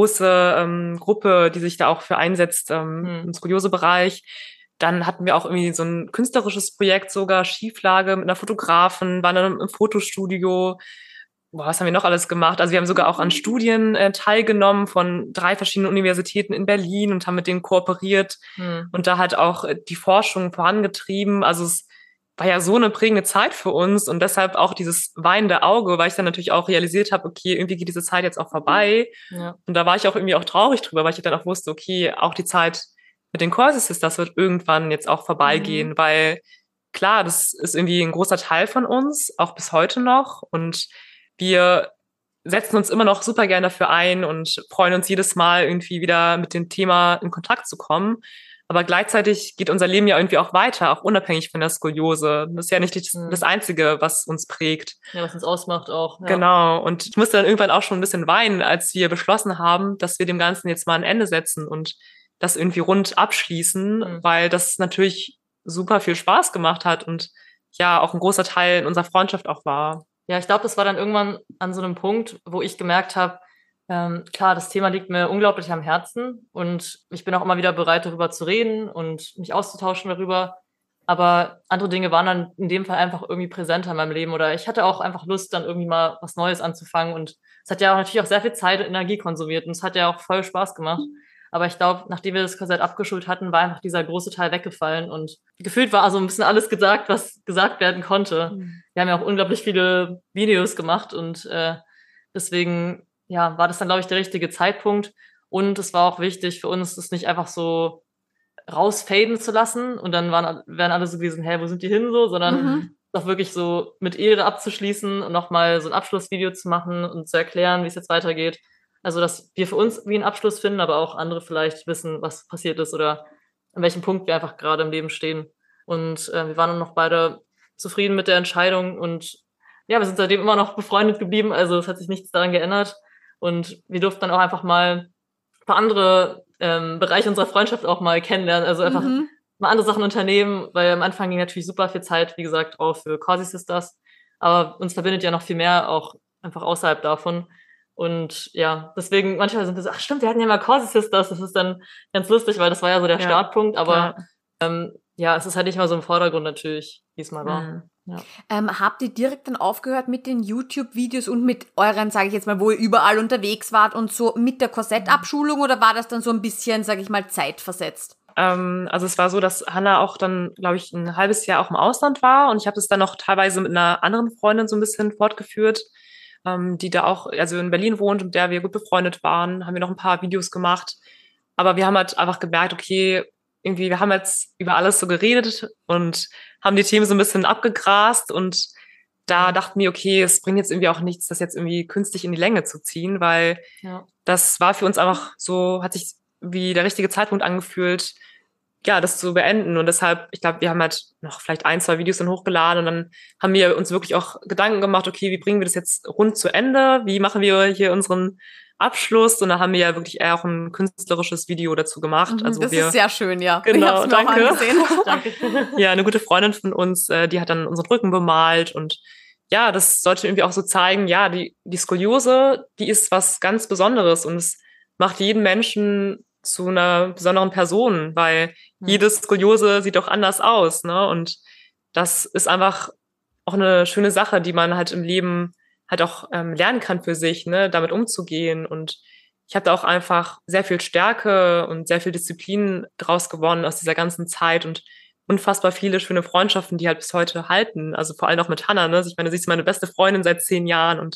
große Gruppe, die sich da auch für einsetzt im Skoliose-Bereich. Dann hatten wir auch irgendwie so ein künstlerisches Projekt, sogar Schieflage mit einer Fotografin, waren dann im Fotostudio. Was haben wir noch alles gemacht? Also wir haben sogar auch an Studien teilgenommen von 3 verschiedenen Universitäten in Berlin und haben mit denen kooperiert und da halt auch die Forschung vorangetrieben. Also es war ja so eine prägende Zeit für uns und deshalb auch dieses weinende Auge, weil ich dann natürlich auch realisiert habe, okay, irgendwie geht diese Zeit jetzt auch vorbei. Ja. Und da war ich auch irgendwie auch traurig drüber, weil ich dann auch wusste, okay, auch die Zeit mit den Corsy Sisters wird irgendwann jetzt auch vorbeigehen, weil klar, das ist irgendwie ein großer Teil von uns, auch bis heute noch und wir setzen uns immer noch super gerne dafür ein und freuen uns jedes Mal irgendwie wieder mit dem Thema in Kontakt zu kommen. Aber gleichzeitig geht unser Leben ja irgendwie auch weiter, auch unabhängig von der Skoliose. Das ist ja nicht das Einzige, was uns prägt. Ja, was uns ausmacht auch. Ja. Genau. Und ich musste dann irgendwann auch schon ein bisschen weinen, als wir beschlossen haben, dass wir dem Ganzen jetzt mal ein Ende setzen und das irgendwie rund abschließen, weil das natürlich super viel Spaß gemacht hat und ja auch ein großer Teil in unserer Freundschaft auch war. Ja, ich glaube, das war dann irgendwann an so einem Punkt, wo ich gemerkt habe, klar, das Thema liegt mir unglaublich am Herzen und ich bin auch immer wieder bereit, darüber zu reden und mich auszutauschen darüber. Aber andere Dinge waren dann in dem Fall einfach irgendwie präsenter in meinem Leben oder ich hatte auch einfach Lust, dann irgendwie mal was Neues anzufangen und es hat ja auch natürlich auch sehr viel Zeit und Energie konsumiert und es hat ja auch voll Spaß gemacht. Aber ich glaube, nachdem wir das Korsett abgeschult hatten, war einfach dieser große Teil weggefallen und gefühlt war also ein bisschen alles gesagt, was gesagt werden konnte. Wir haben ja auch unglaublich viele Videos gemacht und deswegen war das dann, glaube ich, der richtige Zeitpunkt. Und es war auch wichtig für uns, das nicht einfach so rausfaden zu lassen und dann wären alle so gewesen, wo sind die hin so, sondern auch wirklich so mit Ehre abzuschließen und nochmal so ein Abschlussvideo zu machen und zu erklären, wie es jetzt weitergeht. Also, dass wir für uns wie einen Abschluss finden, aber auch andere vielleicht wissen, was passiert ist oder an welchem Punkt wir einfach gerade im Leben stehen. Und wir waren dann noch beide zufrieden mit der Entscheidung und wir sind seitdem immer noch befreundet geblieben. Also es hat sich nichts daran geändert. Und wir durften dann auch einfach mal ein paar andere Bereiche unserer Freundschaft auch mal kennenlernen. Also einfach mal andere Sachen unternehmen, weil am Anfang ging natürlich super viel Zeit, wie gesagt, auch für Corsy Sisters. Aber uns verbindet ja noch viel mehr auch einfach außerhalb davon. Und ja, deswegen, manchmal sind wir so, ach stimmt, wir hatten ja mal Corsy Sisters, das ist dann ganz lustig, weil das war ja so der Startpunkt, aber es ist halt nicht mal so im Vordergrund natürlich, wie es mal war. Ja. Habt ihr direkt dann aufgehört mit den YouTube-Videos und mit euren, sage ich jetzt mal, wo ihr überall unterwegs wart und so mit der Korsettabschulung oder war das dann so ein bisschen, sage ich mal, zeitversetzt? Also es war so, dass Hannah auch dann, glaube ich, ein halbes Jahr auch im Ausland war und ich habe es dann noch teilweise mit einer anderen Freundin so ein bisschen fortgeführt, die da auch, also in Berlin wohnt und mit der wir gut befreundet waren, haben wir noch ein paar Videos gemacht. Aber wir haben halt einfach gemerkt, okay, irgendwie, wir haben jetzt über alles so geredet und haben die Themen so ein bisschen abgegrast und da dachten wir, okay, es bringt jetzt irgendwie auch nichts, das jetzt irgendwie künstlich in die Länge zu ziehen, weil das war für uns einfach so, hat sich wie der richtige Zeitpunkt angefühlt, ja, das zu beenden. Und deshalb, ich glaube, wir haben halt noch vielleicht 1, 2 Videos dann hochgeladen und dann haben wir uns wirklich auch Gedanken gemacht, okay, wie bringen wir das jetzt rund zu Ende? Wie machen wir hier unseren Abschluss? Und da haben wir ja wirklich eher auch ein künstlerisches Video dazu gemacht. Also das ist sehr schön, ja. Genau, ich hab's mir danke. auch angesehen. Danke. Ja, eine gute Freundin von uns, die hat dann unseren Rücken bemalt und ja, das sollte irgendwie auch so zeigen, ja, die Skoliose, die ist was ganz Besonderes und es macht jeden Menschen zu einer besonderen Person, weil jede Skoliose sieht doch anders aus, ne? Und das ist einfach auch eine schöne Sache, die man halt im Leben halt auch lernen kann für sich, ne, damit umzugehen. Und ich habe da auch einfach sehr viel Stärke und sehr viel Disziplin draus gewonnen aus dieser ganzen Zeit und unfassbar viele schöne Freundschaften, die halt bis heute halten. Also vor allem auch mit Hannah, ne? Ich meine, sie ist meine beste Freundin seit 10 Jahren und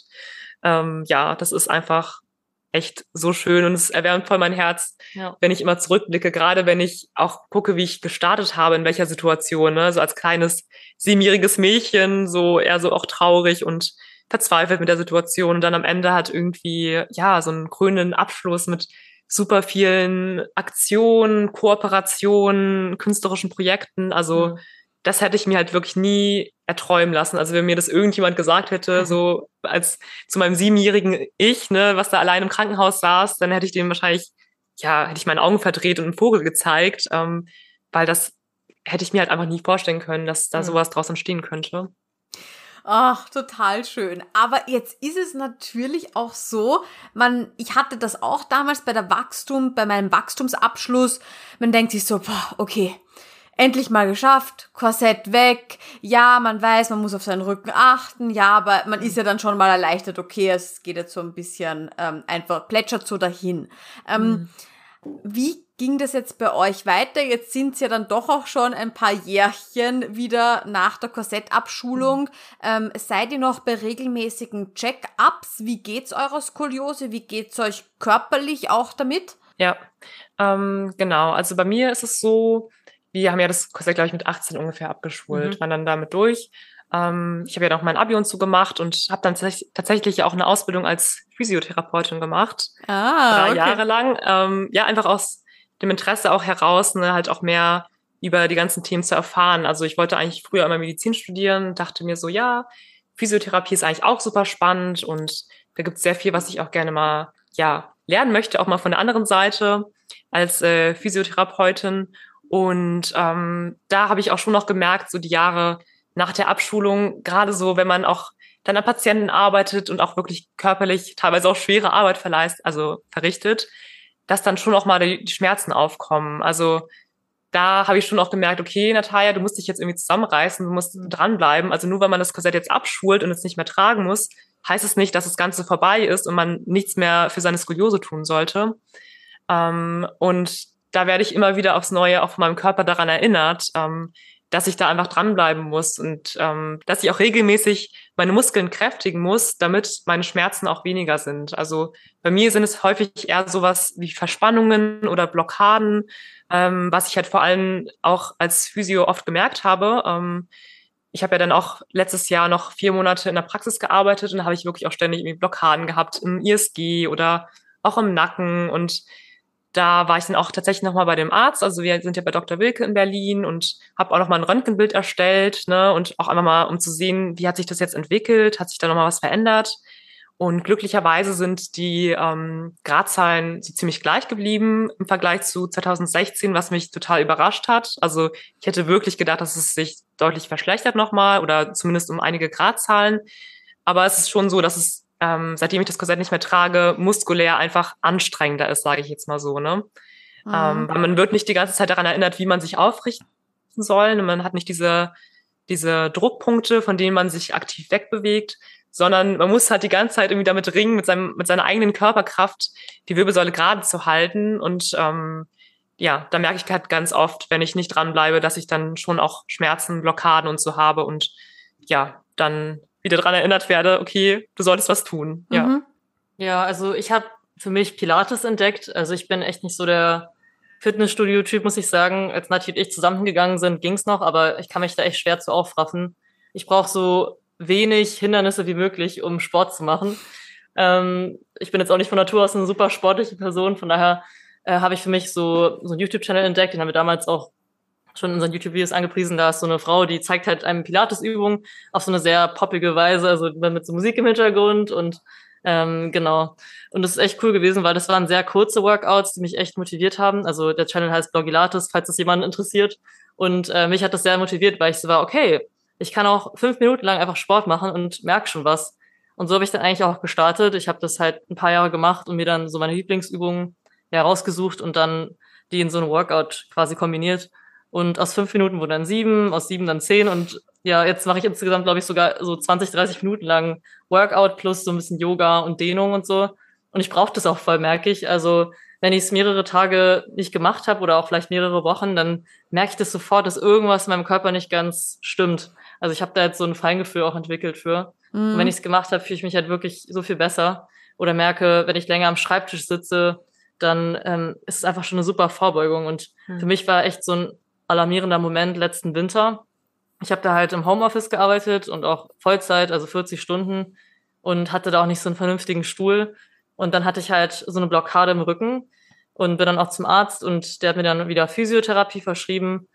ja, das ist einfach echt so schön und es erwärmt voll mein Herz, wenn ich immer zurückblicke, gerade wenn ich auch gucke, wie ich gestartet habe, in welcher Situation, ne? So als kleines 7-jähriges Mädchen, so eher so auch traurig und verzweifelt mit der Situation und dann am Ende hat irgendwie, ja, so einen krönenden Abschluss mit super vielen Aktionen, Kooperationen, künstlerischen Projekten, also das hätte ich mir halt wirklich nie erträumen lassen. Also wenn mir das irgendjemand gesagt hätte, so als zu meinem 7-jährigen Ich, ne, was da allein im Krankenhaus saß, dann hätte ich dem wahrscheinlich, ja, hätte ich meine Augen verdreht und einen Vogel gezeigt, weil das hätte ich mir halt einfach nie vorstellen können, dass da sowas draus entstehen könnte. Ach, total schön. Aber jetzt ist es natürlich auch so, ich hatte das auch damals bei meinem Wachstumsabschluss, man denkt sich so, boah, okay, endlich mal geschafft, Korsett weg, ja, man weiß, man muss auf seinen Rücken achten, ja, aber man ist ja dann schon mal erleichtert, okay, es geht jetzt so ein bisschen einfach, plätschert so dahin. Wie ging das jetzt bei euch weiter? Jetzt sind's ja dann doch auch schon ein paar Jährchen wieder nach der Korsettabschulung. Seid ihr noch bei regelmäßigen Check-ups? Wie geht's eurer Skoliose? Wie geht's euch körperlich auch damit? Ja, genau. Also bei mir ist es so, wir haben ja das Korsett, glaube ich, mit 18 ungefähr abgeschult, waren dann damit durch. Ich habe ja noch mein Abi und so gemacht und habe dann tatsächlich auch eine Ausbildung als Physiotherapeutin gemacht. 3 Jahre lang. Ja, einfach aus dem Interesse auch heraus, ne, halt auch mehr über die ganzen Themen zu erfahren. Also ich wollte eigentlich früher immer Medizin studieren, dachte mir so, ja, Physiotherapie ist eigentlich auch super spannend und da gibt es sehr viel, was ich auch gerne mal, ja, lernen möchte, auch mal von der anderen Seite als Physiotherapeutin. Und da habe ich auch schon noch gemerkt, so die Jahre nach der Abschulung, gerade so, wenn man auch dann an Patienten arbeitet und auch wirklich körperlich teilweise auch schwere Arbeit verrichtet, dass dann schon auch mal die Schmerzen aufkommen. Also da habe ich schon auch gemerkt, okay, Natalia, du musst dich jetzt irgendwie zusammenreißen, du musst dranbleiben. Also nur weil man das Korsett jetzt abschult und es nicht mehr tragen muss, heißt es nicht, dass das Ganze vorbei ist und man nichts mehr für seine Skoliose tun sollte. Und da werde ich immer wieder aufs Neue auch von meinem Körper daran erinnert, dass ich da einfach dranbleiben muss und dass ich auch regelmäßig meine Muskeln kräftigen muss, damit meine Schmerzen auch weniger sind. Also bei mir sind es häufig eher sowas wie Verspannungen oder Blockaden, was ich halt vor allem auch als Physio oft gemerkt habe. Ich habe ja dann auch letztes Jahr noch 4 Monate in der Praxis gearbeitet und da habe ich wirklich auch ständig irgendwie Blockaden gehabt im ISG oder auch im Nacken und da war ich dann auch tatsächlich nochmal bei dem Arzt. Also wir sind ja bei Dr. Wilke in Berlin und habe auch nochmal ein Röntgenbild erstellt, ne, und auch einfach mal, um zu sehen, wie hat sich das jetzt entwickelt, hat sich da nochmal was verändert. Und glücklicherweise sind die Gradzahlen so ziemlich gleich geblieben im Vergleich zu 2016, was mich total überrascht hat. Also ich hätte wirklich gedacht, dass es sich deutlich verschlechtert nochmal oder zumindest um einige Gradzahlen. Aber es ist schon so, dass es seitdem ich das Korsett nicht mehr trage, muskulär einfach anstrengender ist, sage ich jetzt mal so, ne? Weil man wird nicht die ganze Zeit daran erinnert, wie man sich aufrichten soll. Und man hat nicht diese Druckpunkte, von denen man sich aktiv wegbewegt, sondern man muss halt die ganze Zeit irgendwie damit ringen, mit seiner eigenen Körperkraft die Wirbelsäule gerade zu halten. Und ja, da merke ich halt ganz oft, wenn ich nicht dranbleibe, dass ich dann schon auch Schmerzen, Blockaden und so habe und ja, dann wieder dran erinnert werde, okay, du solltest was tun. Ja, ja, also ich habe für mich Pilates entdeckt. Also ich bin echt nicht so der Fitnessstudio-Typ, muss ich sagen. Als Nati und ich zusammengegangen sind, ging's noch, aber ich kann mich da echt schwer zu aufraffen. Ich brauche so wenig Hindernisse wie möglich, um Sport zu machen. Ich bin jetzt auch nicht von Natur aus eine super sportliche Person, von daher habe ich für mich so einen YouTube-Channel entdeckt, den haben wir damals auch schon in unseren YouTube-Videos angepriesen. Da ist so eine Frau, die zeigt halt einem Pilates-Übung auf so eine sehr poppige Weise, also mit so Musik im Hintergrund und genau. Und das ist echt cool gewesen, weil das waren sehr kurze Workouts, die mich echt motiviert haben. Also der Channel heißt Blogilates, falls das jemanden interessiert. Und mich hat das sehr motiviert, weil ich so war, okay, ich kann auch 5 Minuten lang einfach Sport machen und merke schon was. Und so habe ich dann eigentlich auch gestartet. Ich habe das halt ein paar Jahre gemacht und mir dann so meine Lieblingsübungen rausgesucht und dann die in so einem Workout quasi kombiniert. Und aus 5 Minuten wurden dann 7, aus 7 dann 10 und ja, jetzt mache ich insgesamt, glaube ich, sogar so 20, 30 Minuten lang Workout plus so ein bisschen Yoga und Dehnung und so. Und ich brauche das auch voll, merke ich. Also wenn ich es mehrere Tage nicht gemacht habe oder auch vielleicht mehrere Wochen, dann merke ich das sofort, dass irgendwas in meinem Körper nicht ganz stimmt. Also ich habe da jetzt so ein Feingefühl auch entwickelt für. Und wenn ich es gemacht habe, fühle ich mich halt wirklich so viel besser. Oder merke, wenn ich länger am Schreibtisch sitze, dann ist es einfach schon eine super Vorbeugung. Und für mich war echt so ein alarmierender Moment letzten Winter. Ich habe da halt im Homeoffice gearbeitet und auch Vollzeit, also 40 Stunden und hatte da auch nicht so einen vernünftigen Stuhl. Und dann hatte ich halt so eine Blockade im Rücken und bin dann auch zum Arzt und der hat mir dann wieder Physiotherapie verschrieben.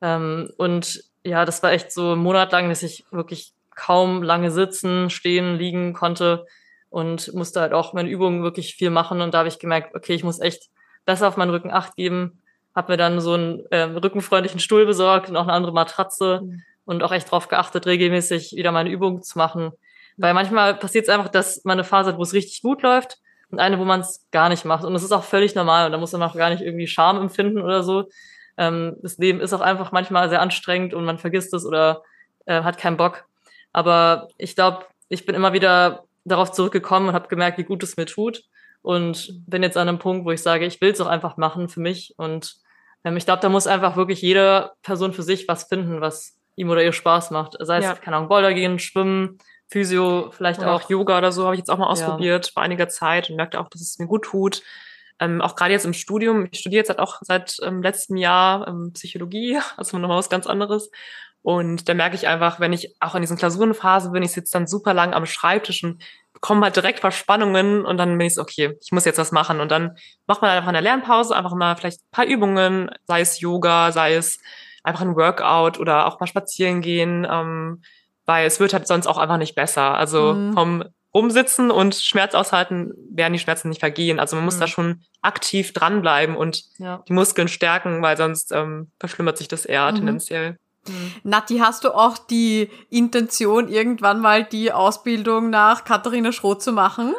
Und ja, das war echt so ein Monat lang, dass ich wirklich kaum lange sitzen, stehen, liegen konnte und musste halt auch meine Übungen wirklich viel machen. Und da habe ich gemerkt, okay, ich muss echt besser auf meinen Rücken Acht geben. Habe mir dann so einen rückenfreundlichen Stuhl besorgt und auch eine andere Matratze und auch echt drauf geachtet, regelmäßig wieder meine Übungen zu machen. Weil manchmal passiert es einfach, dass man eine Phase hat, wo es richtig gut läuft und eine, wo man es gar nicht macht. Und das ist auch völlig normal und da muss man auch gar nicht irgendwie Scham empfinden oder so. Das Leben ist auch einfach manchmal sehr anstrengend und man vergisst es oder hat keinen Bock. Aber ich glaube, ich bin immer wieder darauf zurückgekommen und habe gemerkt, wie gut es mir tut. Und bin jetzt an einem Punkt, wo ich sage, ich will es auch einfach machen für mich. Und ich glaube, da muss einfach wirklich jede Person für sich was finden, was ihm oder ihr Spaß macht. Sei es, keine Ahnung, Boulder gehen, Schwimmen, Physio, vielleicht oder auch Yoga oder so habe ich jetzt auch mal ausprobiert vor einiger Zeit und merkte auch, dass es mir gut tut. Auch gerade jetzt im Studium. Ich studiere jetzt halt auch seit letztem Jahr Psychologie, also nochmal was ganz anderes. Und da merke ich einfach, wenn ich auch in diesen Klausurenphasen bin, ich sitze dann super lang am Schreibtisch und bekomme halt direkt Verspannungen und dann bin ich so, okay, ich muss jetzt was machen. Und dann macht man einfach in der Lernpause einfach mal vielleicht ein paar Übungen, sei es Yoga, sei es einfach ein Workout oder auch mal spazieren gehen, weil es wird halt sonst auch einfach nicht besser. Also vom Rumsitzen und Schmerz aushalten werden die Schmerzen nicht vergehen. Also man muss da schon aktiv dranbleiben und die Muskeln stärken, weil sonst verschlimmert sich das eher tendenziell. Nati, hast du auch die Intention, irgendwann mal die Ausbildung nach Katharina Schroth zu machen?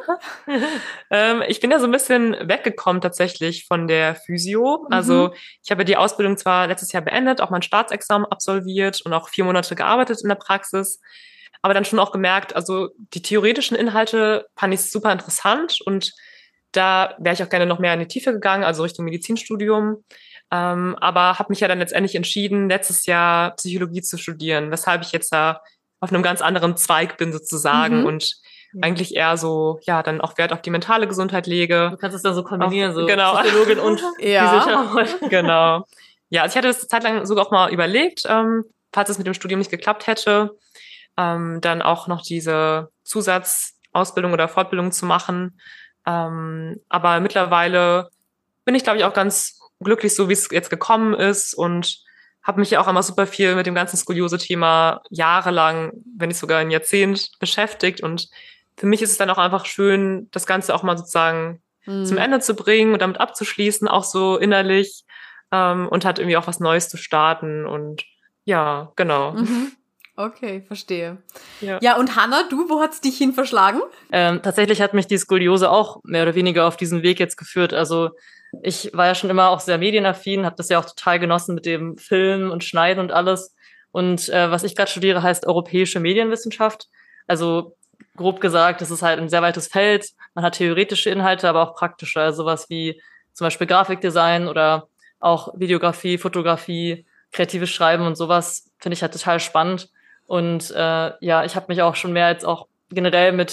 Ich bin ja so ein bisschen weggekommen tatsächlich von der Physio. Also ich habe die Ausbildung zwar letztes Jahr beendet, auch mein Staatsexamen absolviert und auch 4 Monate gearbeitet in der Praxis, aber dann schon auch gemerkt, also die theoretischen Inhalte fand ich super interessant und da wäre ich auch gerne noch mehr in die Tiefe gegangen, also Richtung Medizinstudium. Aber habe mich ja dann letztendlich entschieden, letztes Jahr Psychologie zu studieren, weshalb ich jetzt da auf einem ganz anderen Zweig bin sozusagen und eigentlich eher so, ja, dann auch Wert auf die mentale Gesundheit lege. Du kannst es dann so kombinieren, auch, so genau. Psychologin und Physiotherapeutin. Genau. Ja, also ich hatte das eine Zeit lang sogar auch mal überlegt, falls es mit dem Studium nicht geklappt hätte, dann auch noch diese Zusatzausbildung oder Fortbildung zu machen. Aber mittlerweile bin ich, glaube ich, auch ganz glücklich, so wie es jetzt gekommen ist und habe mich ja auch immer super viel mit dem ganzen Skoliose-Thema jahrelang, wenn nicht sogar ein Jahrzehnt beschäftigt und für mich ist es dann auch einfach schön, das Ganze auch mal sozusagen zum Ende zu bringen und damit abzuschließen, auch so innerlich und hat irgendwie auch was Neues zu starten und ja, genau. Okay, verstehe. Ja, und Hannah, du, wo hat's dich hin verschlagen? Tatsächlich hat mich die Skoliose auch mehr oder weniger auf diesen Weg jetzt geführt. Also ich war ja schon immer auch sehr medienaffin, habe das ja auch total genossen mit dem Filmen und Schneiden und alles. Und was ich gerade studiere, heißt europäische Medienwissenschaft. Also grob gesagt, das ist halt ein sehr weites Feld. Man hat theoretische Inhalte, aber auch praktische. Also sowas wie zum Beispiel Grafikdesign oder auch Videografie, Fotografie, kreatives Schreiben und sowas finde ich halt total spannend. Und ja, ich habe mich auch schon mehr jetzt auch generell mit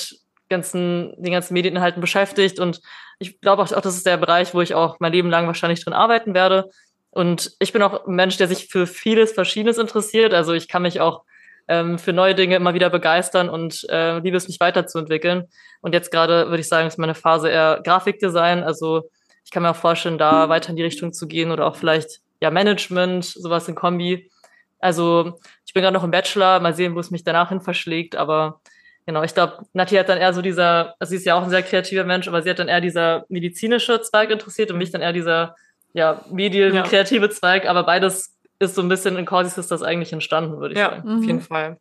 den ganzen Medieninhalten beschäftigt. Und ich glaube auch, das ist der Bereich, wo ich auch mein Leben lang wahrscheinlich drin arbeiten werde. Und ich bin auch ein Mensch, der sich für vieles Verschiedenes interessiert. Also ich kann mich auch für neue Dinge immer wieder begeistern und liebe es, mich weiterzuentwickeln. Und jetzt gerade würde ich sagen, ist meine Phase eher Grafikdesign. Also ich kann mir auch vorstellen, da weiter in die Richtung zu gehen oder auch vielleicht ja Management, sowas in Kombi. Also ich bin gerade noch im Bachelor, mal sehen, wo es mich danach hin verschlägt. Aber genau, ich glaube, Nati hat dann eher so also sie ist ja auch ein sehr kreativer Mensch, aber sie hat dann eher dieser medizinische Zweig interessiert und mich dann eher dieser medienkreative Zweig. Aber beides ist so ein bisschen in Corsys ist das eigentlich entstanden, würde ich sagen. Auf jeden Fall.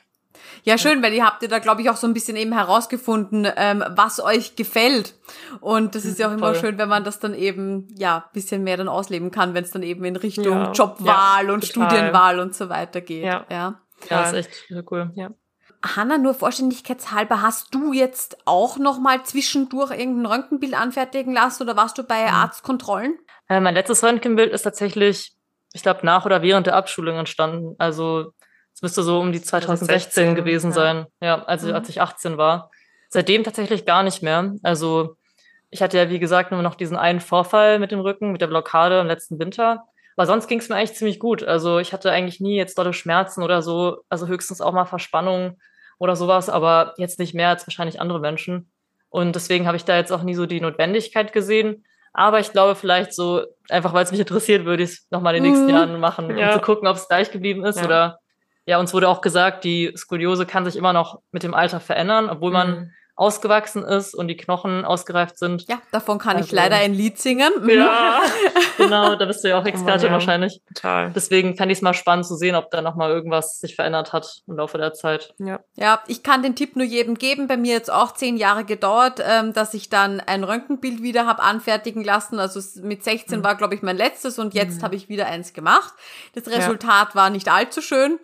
Ja, schön, weil ihr habt ja da, glaube ich, auch so ein bisschen eben herausgefunden, was euch gefällt. Und das ist ja auch immer schön, wenn man das dann eben, ja, bisschen mehr dann ausleben kann, wenn es dann eben in Richtung Jobwahl und total. Studienwahl und so weiter geht. Ja, ist echt cool. Ja. Hanna, nur vollständigkeitshalber, hast du jetzt auch nochmal zwischendurch irgendein Röntgenbild anfertigen lassen oder warst du bei Arztkontrollen? Mein letztes Röntgenbild ist tatsächlich, ich glaube, nach oder während der Abschulung entstanden. Also es müsste so um die 2016 gewesen sein, als ich 18 war. Seitdem tatsächlich gar nicht mehr. Also ich hatte ja, wie gesagt, nur noch diesen einen Vorfall mit dem Rücken, mit der Blockade im letzten Winter. Aber sonst ging es mir eigentlich ziemlich gut. Also ich hatte eigentlich nie jetzt dolle Schmerzen oder so. Also höchstens auch mal Verspannungen oder sowas, aber jetzt nicht mehr als wahrscheinlich andere Menschen. Und deswegen habe ich da jetzt auch nie so die Notwendigkeit gesehen. Aber ich glaube, vielleicht so, einfach weil es mich interessiert, würde ich es nochmal in den nächsten Jahren machen, um zu gucken, ob es gleich geblieben ist. Oder uns wurde auch gesagt, die Skoliose kann sich immer noch mit dem Alter verändern, obwohl man ausgewachsen ist und die Knochen ausgereift sind. Ja, davon kann ich leider ein Lied singen. Ja, genau, da bist du ja auch Expertin wahrscheinlich. Total. Deswegen fände ich es mal spannend zu sehen, ob da nochmal irgendwas sich verändert hat im Laufe der Zeit. Ja, ich kann den Tipp nur jedem geben. Bei mir jetzt auch 10 Jahre gedauert, dass ich dann ein Röntgenbild wieder habe anfertigen lassen. Also mit 16 war, glaube ich, mein letztes und jetzt habe ich wieder eins gemacht. Das Resultat war nicht allzu schön,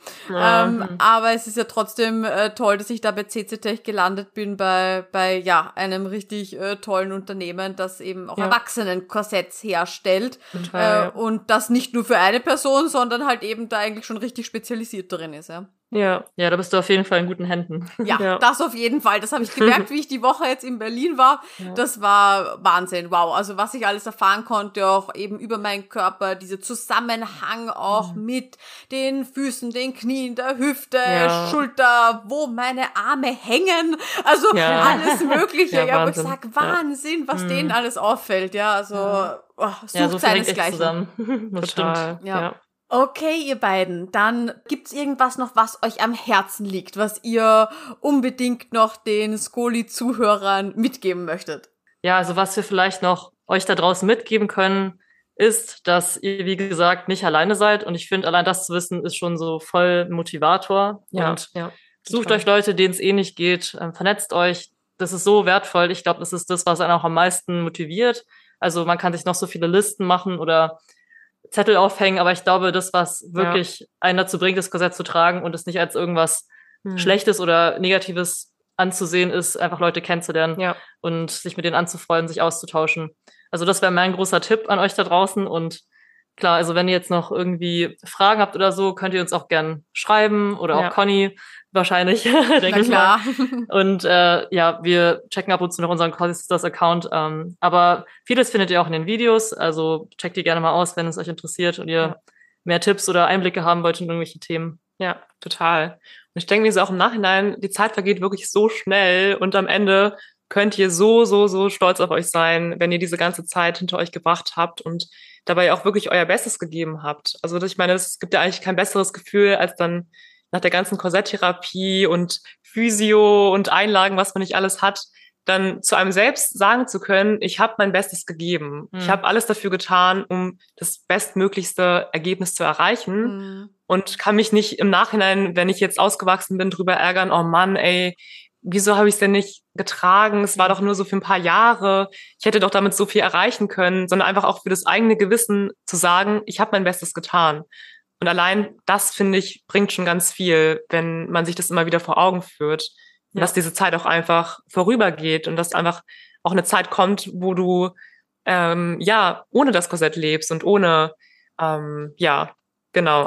aber es ist ja trotzdem toll, dass ich da bei CCTech gelandet bin, bei einem richtig tollen Unternehmen, das eben auch Erwachsenen-Korsetts herstellt. Und das nicht nur für eine Person, sondern halt eben da eigentlich schon richtig spezialisiert drin ist. Ja, da bist du auf jeden Fall in guten Händen. Ja, das auf jeden Fall. Das habe ich gemerkt, wie ich die Woche jetzt in Berlin war. Das war Wahnsinn. Wow. Also was ich alles erfahren konnte, auch eben über meinen Körper, dieser Zusammenhang auch mit den Füßen, den Knien, der Hüfte, Schulter, wo meine Arme hängen. Also alles Mögliche. Ich habe gesagt, Wahnsinn, was denen alles auffällt. Ja, also sucht so seinesgleichen. Zusammen. Das Total. stimmt. Ja. Okay, ihr beiden, dann gibt's irgendwas noch, was euch am Herzen liegt, was ihr unbedingt noch den Skoli-Zuhörern mitgeben möchtet? Ja, also was wir vielleicht noch euch da draußen mitgeben können, ist, dass ihr, wie gesagt, nicht alleine seid. Und ich finde, allein das zu wissen, ist schon so voll Motivator. Und sucht euch Leute, denen es ähnlich geht, vernetzt euch. Das ist so wertvoll. Ich glaube, das ist das, was einen auch am meisten motiviert. Also man kann sich noch so viele Listen machen oder Zettel aufhängen, aber ich glaube, das, was wirklich einen dazu bringt, das Korsett zu tragen und es nicht als irgendwas Schlechtes oder Negatives anzusehen ist, einfach Leute kennenzulernen und sich mit denen anzufreunden, sich auszutauschen. Also das wäre mein großer Tipp an euch da draußen. Und klar, also wenn ihr jetzt noch irgendwie Fragen habt oder so, könnt ihr uns auch gern schreiben oder auch Conny wahrscheinlich, denke ich mal. Und wir checken ab und zu noch unseren Corsy Sisters Account. Aber vieles findet ihr auch in den Videos. Also checkt die gerne mal aus, wenn es euch interessiert und ihr mehr Tipps oder Einblicke haben wollt in irgendwelche Themen. Ja, total. Und ich denke mir so auch im Nachhinein, die Zeit vergeht wirklich so schnell und am Ende könnt ihr so stolz auf euch sein, wenn ihr diese ganze Zeit hinter euch gebracht habt und dabei auch wirklich euer Bestes gegeben habt. Also ich meine, es gibt ja eigentlich kein besseres Gefühl, als dann nach der ganzen Korsetttherapie und Physio und Einlagen, was man nicht alles hat, dann zu einem selbst sagen zu können, ich habe mein Bestes gegeben. Ich habe alles dafür getan, um das bestmöglichste Ergebnis zu erreichen und kann mich nicht im Nachhinein, wenn ich jetzt ausgewachsen bin, drüber ärgern, oh Mann, ey, wieso habe ich es denn nicht getragen? Es war doch nur so für ein paar Jahre. Ich hätte doch damit so viel erreichen können, sondern einfach auch für das eigene Gewissen zu sagen, ich habe mein Bestes getan. Und allein das, finde ich, bringt schon ganz viel, wenn man sich das immer wieder vor Augen führt. Dass diese Zeit auch einfach vorübergeht und dass einfach auch eine Zeit kommt, wo du ohne das Korsett lebst und ohne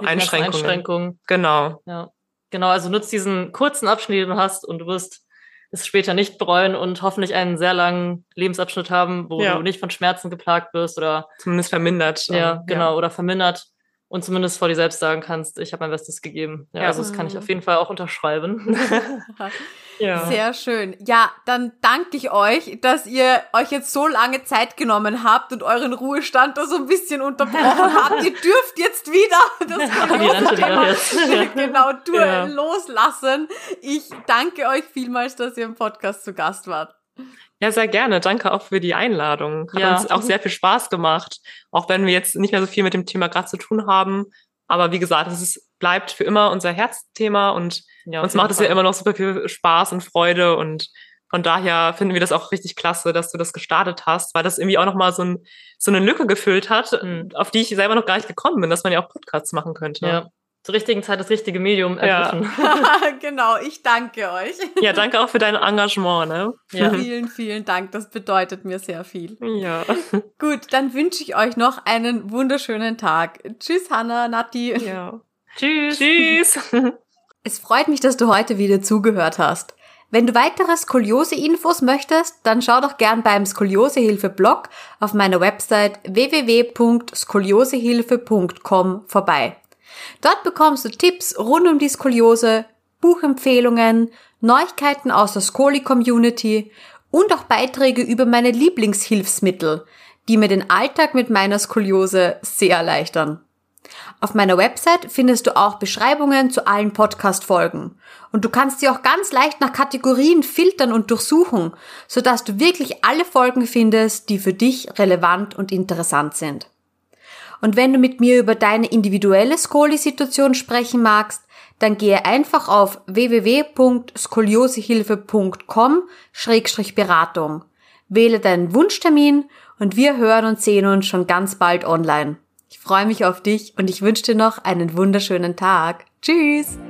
Einschränkungen. Genau. Ja. Genau, also nutzt diesen kurzen Abschnitt, den du hast, und du wirst es später nicht bereuen und hoffentlich einen sehr langen Lebensabschnitt haben, wo du nicht von Schmerzen geplagt wirst oder zumindest vermindert. Ja, genau, oder vermindert und zumindest vor dir selbst sagen kannst, ich habe mein Bestes gegeben. Ja, also das kann ich auf jeden Fall auch unterschreiben. Ja. Sehr schön. Ja, dann danke ich euch, dass ihr euch jetzt so lange Zeit genommen habt und euren Ruhestand da so ein bisschen unterbrochen habt. Ihr dürft jetzt wieder das Thema loslassen. Ich danke euch vielmals, dass ihr im Podcast zu Gast wart. Ja, sehr gerne. Danke auch für die Einladung. Hat uns auch sehr viel Spaß gemacht, auch wenn wir jetzt nicht mehr so viel mit dem Thema gerade zu tun haben. Aber wie gesagt, bleibt für immer unser Herzthema und uns macht es ja immer noch super viel Spaß und Freude und von daher finden wir das auch richtig klasse, dass du das gestartet hast, weil das irgendwie auch nochmal so eine Lücke gefüllt hat, auf die ich selber noch gar nicht gekommen bin, dass man ja auch Podcasts machen könnte. Ja. Zur richtigen Zeit das richtige Medium ergriffen. Ja. Genau, ich danke euch. Ja, danke auch für dein Engagement. Ne? Ja. Vielen, vielen Dank, das bedeutet mir sehr viel. Ja. Gut, dann wünsche ich euch noch einen wunderschönen Tag. Tschüss, Hannah, Nati. Ja. Tschüss. Tschüss. Es freut mich, dass du heute wieder zugehört hast. Wenn du weitere Skoliose-Infos möchtest, dann schau doch gern beim Skoliosehilfe-Blog auf meiner Website www.skoliosehilfe.com vorbei. Dort bekommst du Tipps rund um die Skoliose, Buchempfehlungen, Neuigkeiten aus der Skoli-Community und auch Beiträge über meine Lieblingshilfsmittel, die mir den Alltag mit meiner Skoliose sehr erleichtern. Auf meiner Website findest du auch Beschreibungen zu allen Podcast-Folgen. Und du kannst sie auch ganz leicht nach Kategorien filtern und durchsuchen, sodass du wirklich alle Folgen findest, die für dich relevant und interessant sind. Und wenn du mit mir über deine individuelle Skoli-Situation sprechen magst, dann gehe einfach auf www.skoliosehilfe.com/Beratung. Wähle deinen Wunschtermin und wir hören und sehen uns schon ganz bald online. Ich freue mich auf dich und ich wünsche dir noch einen wunderschönen Tag. Tschüss!